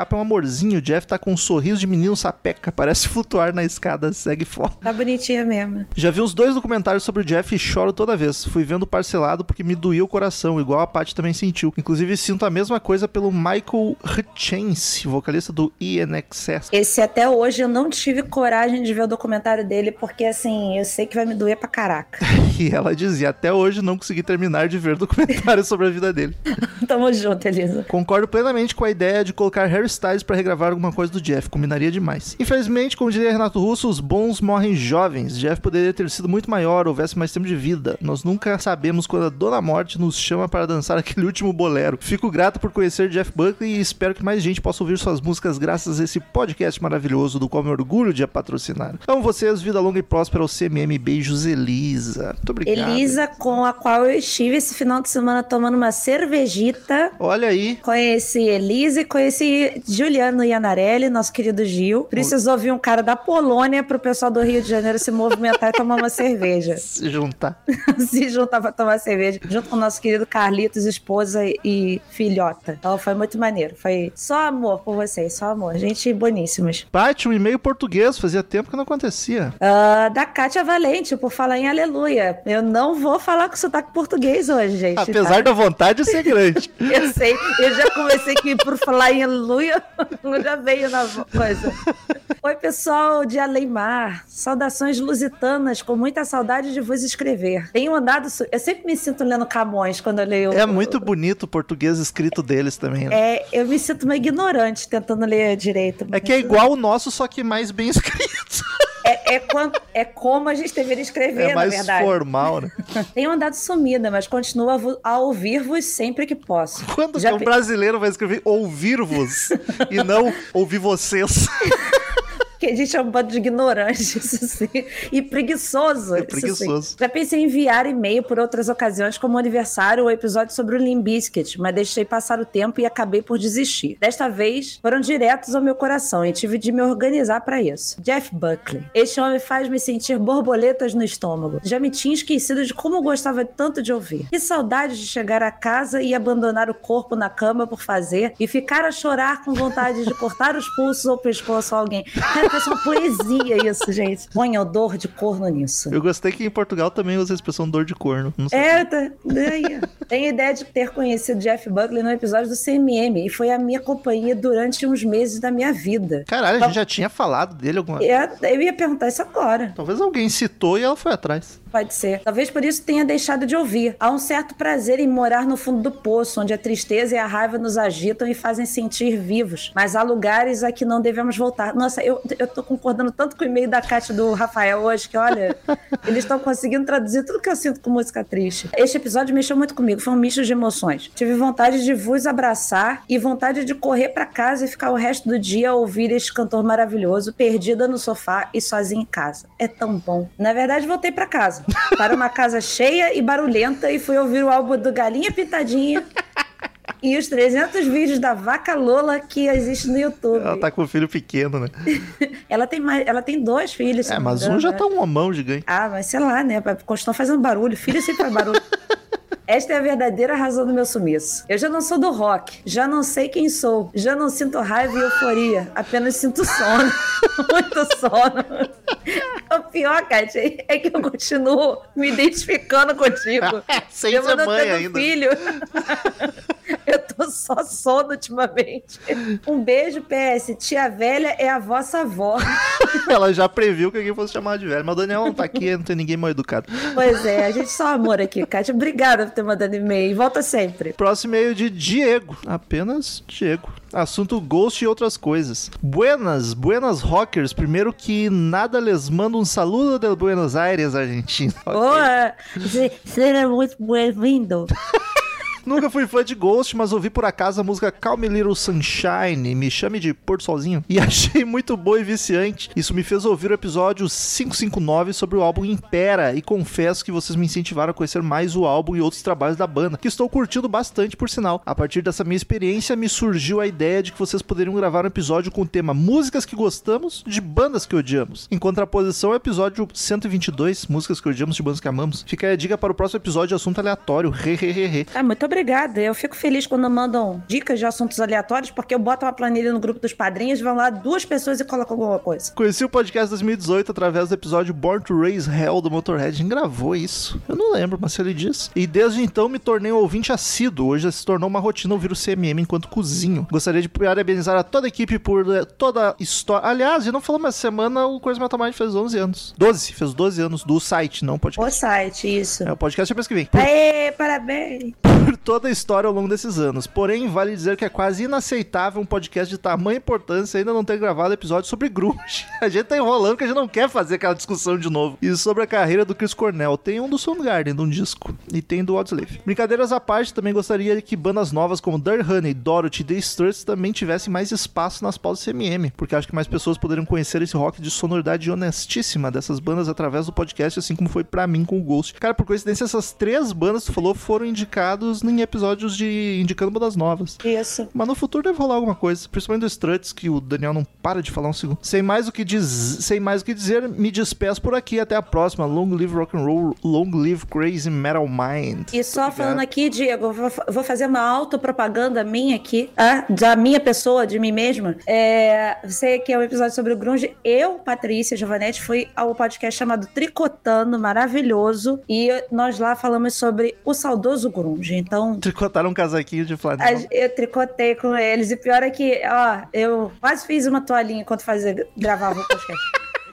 capa é um amorzinho. O Jeff tá com um sorriso de menino sapeca, parece flutuar na escada, segue foto. Tá bonitinha mesmo. Já vi os dois documentários sobre o Jeff e choro toda vez. Fui vendo parcelado porque me doía o coração, igual a Paty também sentiu. Inclusive, sinto a mesma coisa pelo Michael Hutchence, vocalista do I N X S. Esse até hoje eu não tive coragem de ver o documentário dele, porque assim, eu sei que vai me doer pra caraca. E ela dizia, até hoje não consegui terminar de ver documentário sobre a vida dele. Tamo junto, Elisa. Concordo plenamente com a ideia de colocar Harry Styles pra regravar alguma coisa do Jeff, combinaria demais. Infelizmente, como diria Renato Russo, os bons morrem jovens. Jeff poderia ter sido muito maior, houvesse mais tempo de vida. Nós nunca sabemos quando a Dona Morte nos chama para dançar aquele último bolero. Fico grato por conhecer Jeff Buckley e espero que mais gente possa ouvir suas músicas graças a esse podcast maravilhoso, do qual me orgulho de a patrocinar. Amo vocês, vida longa e próspera ao C M M. Beijos, Elisa. Muito obrigado. Elisa, com a qual eu estive esse final de semana tomando uma cervejita. Olha aí. Conheci Elisa e conheci Giuliano Iannarelli, nosso querido Gil. Precisou vir um cara da Polônia pro pessoal do Rio de Janeiro se movimentar e tomar uma cerveja. Se juntar. Se juntar pra tomar cerveja. Junto com o nosso querido Carlitos, esposa e filhota. Então foi muito maneiro. Foi só amor por vocês, só amor. Gente boníssimas. Paty, um e-mail português. Fazia tempo que não acontecia. Uh, da Kátia Valente, por falar em aleluia. Eu não vou falar com sotaque português hoje, gente. Apesar tá? da vontade de ser grande. Eu sei. Eu já comecei aqui por falar em aleluia. Já veio na coisa. Oi, pessoal de Além-Mar. Saudações lusitanas, com muita saudade de vos escrever. Tenho andado... Su... Eu sempre me sinto lendo Camões quando eu leio... É muito bonito o português escrito deles também, né? É, eu me sinto uma ignorante tentando ler direito. É que é igual o nosso, só que mais bem escrito. É, é, quando, é como a gente deveria escrever, é mais na verdade. Formal, né? Tenho andado sumida, mas continuo a, a ouvir-vos sempre que posso. Quando Já que um pe... brasileiro vai escrever ouvir-vos e não ouvir vocês? Que a gente é um bando de ignorantes, isso sim. E preguiçoso. É preguiçoso. Já pensei em enviar e-mail por outras ocasiões, como aniversário ou episódio sobre o Limp Bizkit, mas deixei passar o tempo e acabei por desistir. Desta vez, foram diretos ao meu coração e tive de me organizar para isso. Jeff Buckley. Este homem faz-me sentir borboletas no estômago. Já me tinha esquecido de como eu gostava tanto de ouvir. Que saudade de chegar a casa e abandonar o corpo na cama por fazer e ficar a chorar com vontade de cortar os pulsos ou o pescoço a alguém. Parece uma poesia isso, gente. Põe o dor de corno nisso. Eu gostei que em Portugal também usa a expressão dor de corno. Não sei é, tá, daí. Tenho ideia de ter conhecido Jeff Buckley no episódio do C M M e foi a minha companhia durante uns meses da minha vida. Caralho, então, a gente já tinha falado dele alguma vez. Eu ia perguntar isso agora. Talvez alguém citou e ela foi atrás. Pode ser. Talvez por isso tenha deixado de ouvir. Há um certo prazer em morar no fundo do poço, onde a tristeza e a raiva nos agitam e fazem sentir vivos. Mas há lugares a que não devemos voltar. Nossa, eu, eu tô concordando tanto com o e-mail da Kátia e do Rafael hoje, que olha, eles estão conseguindo traduzir tudo que eu sinto com música triste. Este episódio mexeu muito comigo, foi um misto de emoções. Tive vontade de vos abraçar e vontade de correr pra casa e ficar o resto do dia a ouvir este cantor maravilhoso, perdida no sofá e sozinha em casa. É tão bom. Na verdade, voltei pra casa. Para uma casa cheia e barulhenta e fui ouvir o álbum do Galinha Pintadinha e os trezentos vídeos da Vaca Lola que existe no YouTube. Ela tá com um filho pequeno, né? ela, tem mais, ela tem dois filhos. É, mas um já tá um homão gigante. Ah, mas sei lá, né? Continuam fazendo barulho. Filho sempre faz barulho. Esta é a verdadeira razão do meu sumiço. Eu já não sou do rock, já não sei quem sou, já não sinto raiva e euforia, apenas sinto sono, muito sono. O pior, Kátia, é que eu continuo me identificando contigo. Sem ser mãe ainda. Filho. Eu tô só sono ultimamente. Um beijo, P S. Tia velha é a vossa avó. Ela já previu que alguém fosse chamar de velha, mas o Daniel não tá aqui, não tem ninguém mal educado. Pois é, a gente só amor aqui, Kátia. Obrigada por ter mandado e-mail. Volta sempre. Próximo e-mail de Diego. Apenas Diego. Assunto Ghost e outras coisas. Buenas, buenas rockers. Primeiro que nada les mando um saludo de Buenos Aires, Argentina. Boa! Okay. Seja muito bem-vindo. Nunca fui fã de Ghost, mas ouvi por acaso a música Calm Me Little Sunshine, me chame de Porto Solzinho, e achei muito boa e viciante. Isso me fez ouvir o episódio quinhentos e cinquenta e nove sobre o álbum Impera, e confesso que vocês me incentivaram a conhecer mais o álbum e outros trabalhos da banda, que estou curtindo bastante, por sinal. A partir dessa minha experiência, me surgiu a ideia de que vocês poderiam gravar um episódio com o tema Músicas que Gostamos de Bandas que Odiamos. Em contraposição ao episódio cento e vinte e dois, Músicas que Odiamos de Bandas que Amamos. Fica aí a dica para o próximo episódio de assunto aleatório. Hehehehe. Ah, muito obrigada. Eu fico feliz quando mandam dicas de assuntos aleatórios, porque eu boto uma planilha no grupo dos padrinhos, vão lá duas pessoas e colocam alguma coisa. Conheci o podcast dois mil e dezoito através do episódio Born to Raise Hell do Motorhead. Quem gravou isso? Eu não lembro, mas ele diz. E desde então me tornei um ouvinte assíduo. Hoje se tornou uma rotina ouvir o C M M enquanto cozinho. Gostaria de parabenizar a toda a equipe por eh, toda a história. Aliás, já não falamos, essa semana o Crazy Metal Mind fez onze anos. doze, fez doze anos do site, não podcast. O site, isso. É, o podcast é mês que vem. Por... Aê, parabéns! Por toda a história ao longo desses anos. Porém, vale dizer que é quase inaceitável um podcast de tamanha importância ainda não ter gravado episódio sobre grunge. A gente tá enrolando porque a gente não quer fazer aquela discussão de novo. E sobre a carreira do Chris Cornell. Tem um do Soundgarden, de um disco. E tem do Audioslave. Brincadeiras à parte, também gostaria que bandas novas como Dirty Honey, Dorothy e The Struts também tivessem mais espaço nas pausas C M M. Porque acho que mais pessoas poderiam conhecer esse rock de sonoridade honestíssima dessas bandas através do podcast, assim como foi pra mim com o Ghost. Cara, por coincidência, essas três bandas que tu falou foram indicados em episódios de indicando bandas novas. Isso. Mas no futuro deve rolar alguma coisa, principalmente do Struts, que o Daniel não para de falar um segundo. Sem mais o que, diz... Sem mais o que dizer, me despeço por aqui. Até a próxima. Long live rock and roll, long live Crazy Metal Mind. E só Obrigado. Falando aqui, Diego, eu vou, vou fazer uma autopropaganda minha aqui, ah, da minha pessoa, de mim mesma. É, sei que é um episódio sobre o grunge. Eu, Patrícia Giovanetti, fui ao podcast chamado Tricotando, maravilhoso. E nós lá falamos sobre o saudoso grunge. Então... Tricotaram um casaquinho de flanela. Eu tricotei com eles. E pior é que, ó, eu quase fiz uma toalhinha enquanto fazia, gravava o podcast.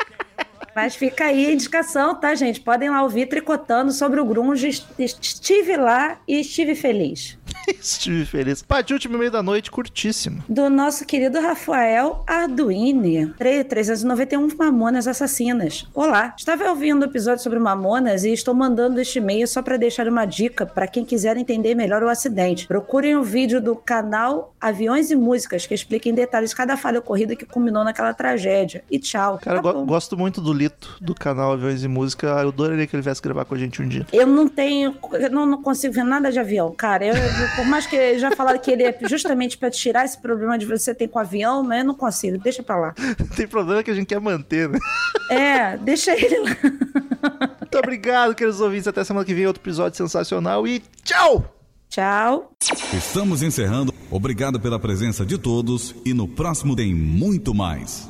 Mas fica aí a indicação, tá, gente? Podem lá ouvir Tricotando sobre o grunge. Estive lá e estive feliz. Estive feliz. Pati, último meio da noite, curtíssimo. Do nosso querido Rafael Arduini. trezentos e noventa e um Mamonas Assassinas. Olá, estava ouvindo o episódio sobre Mamonas e estou mandando este e-mail só para deixar uma dica para quem quiser entender melhor o acidente. Procurem o vídeo do canal Aviões e Músicas que explica em detalhes cada falha ocorrida que culminou naquela tragédia. E tchau. Cara, tá go- gosto muito do Lito, do canal Aviões e Música. Eu adoraria que ele viesse gravar com a gente um dia. Eu não tenho... Eu não, não consigo ver nada de avião, cara. Eu... Por mais que já falaram que ele é justamente pra tirar esse problema de você ter com o avião, mas eu não consigo, deixa pra lá. Tem problema que a gente quer manter, né? É, deixa ele lá. Muito obrigado, queridos ouvintes. Até semana que vem, outro episódio sensacional e tchau! Tchau. Estamos encerrando. Obrigado pela presença de todos e no próximo tem muito mais.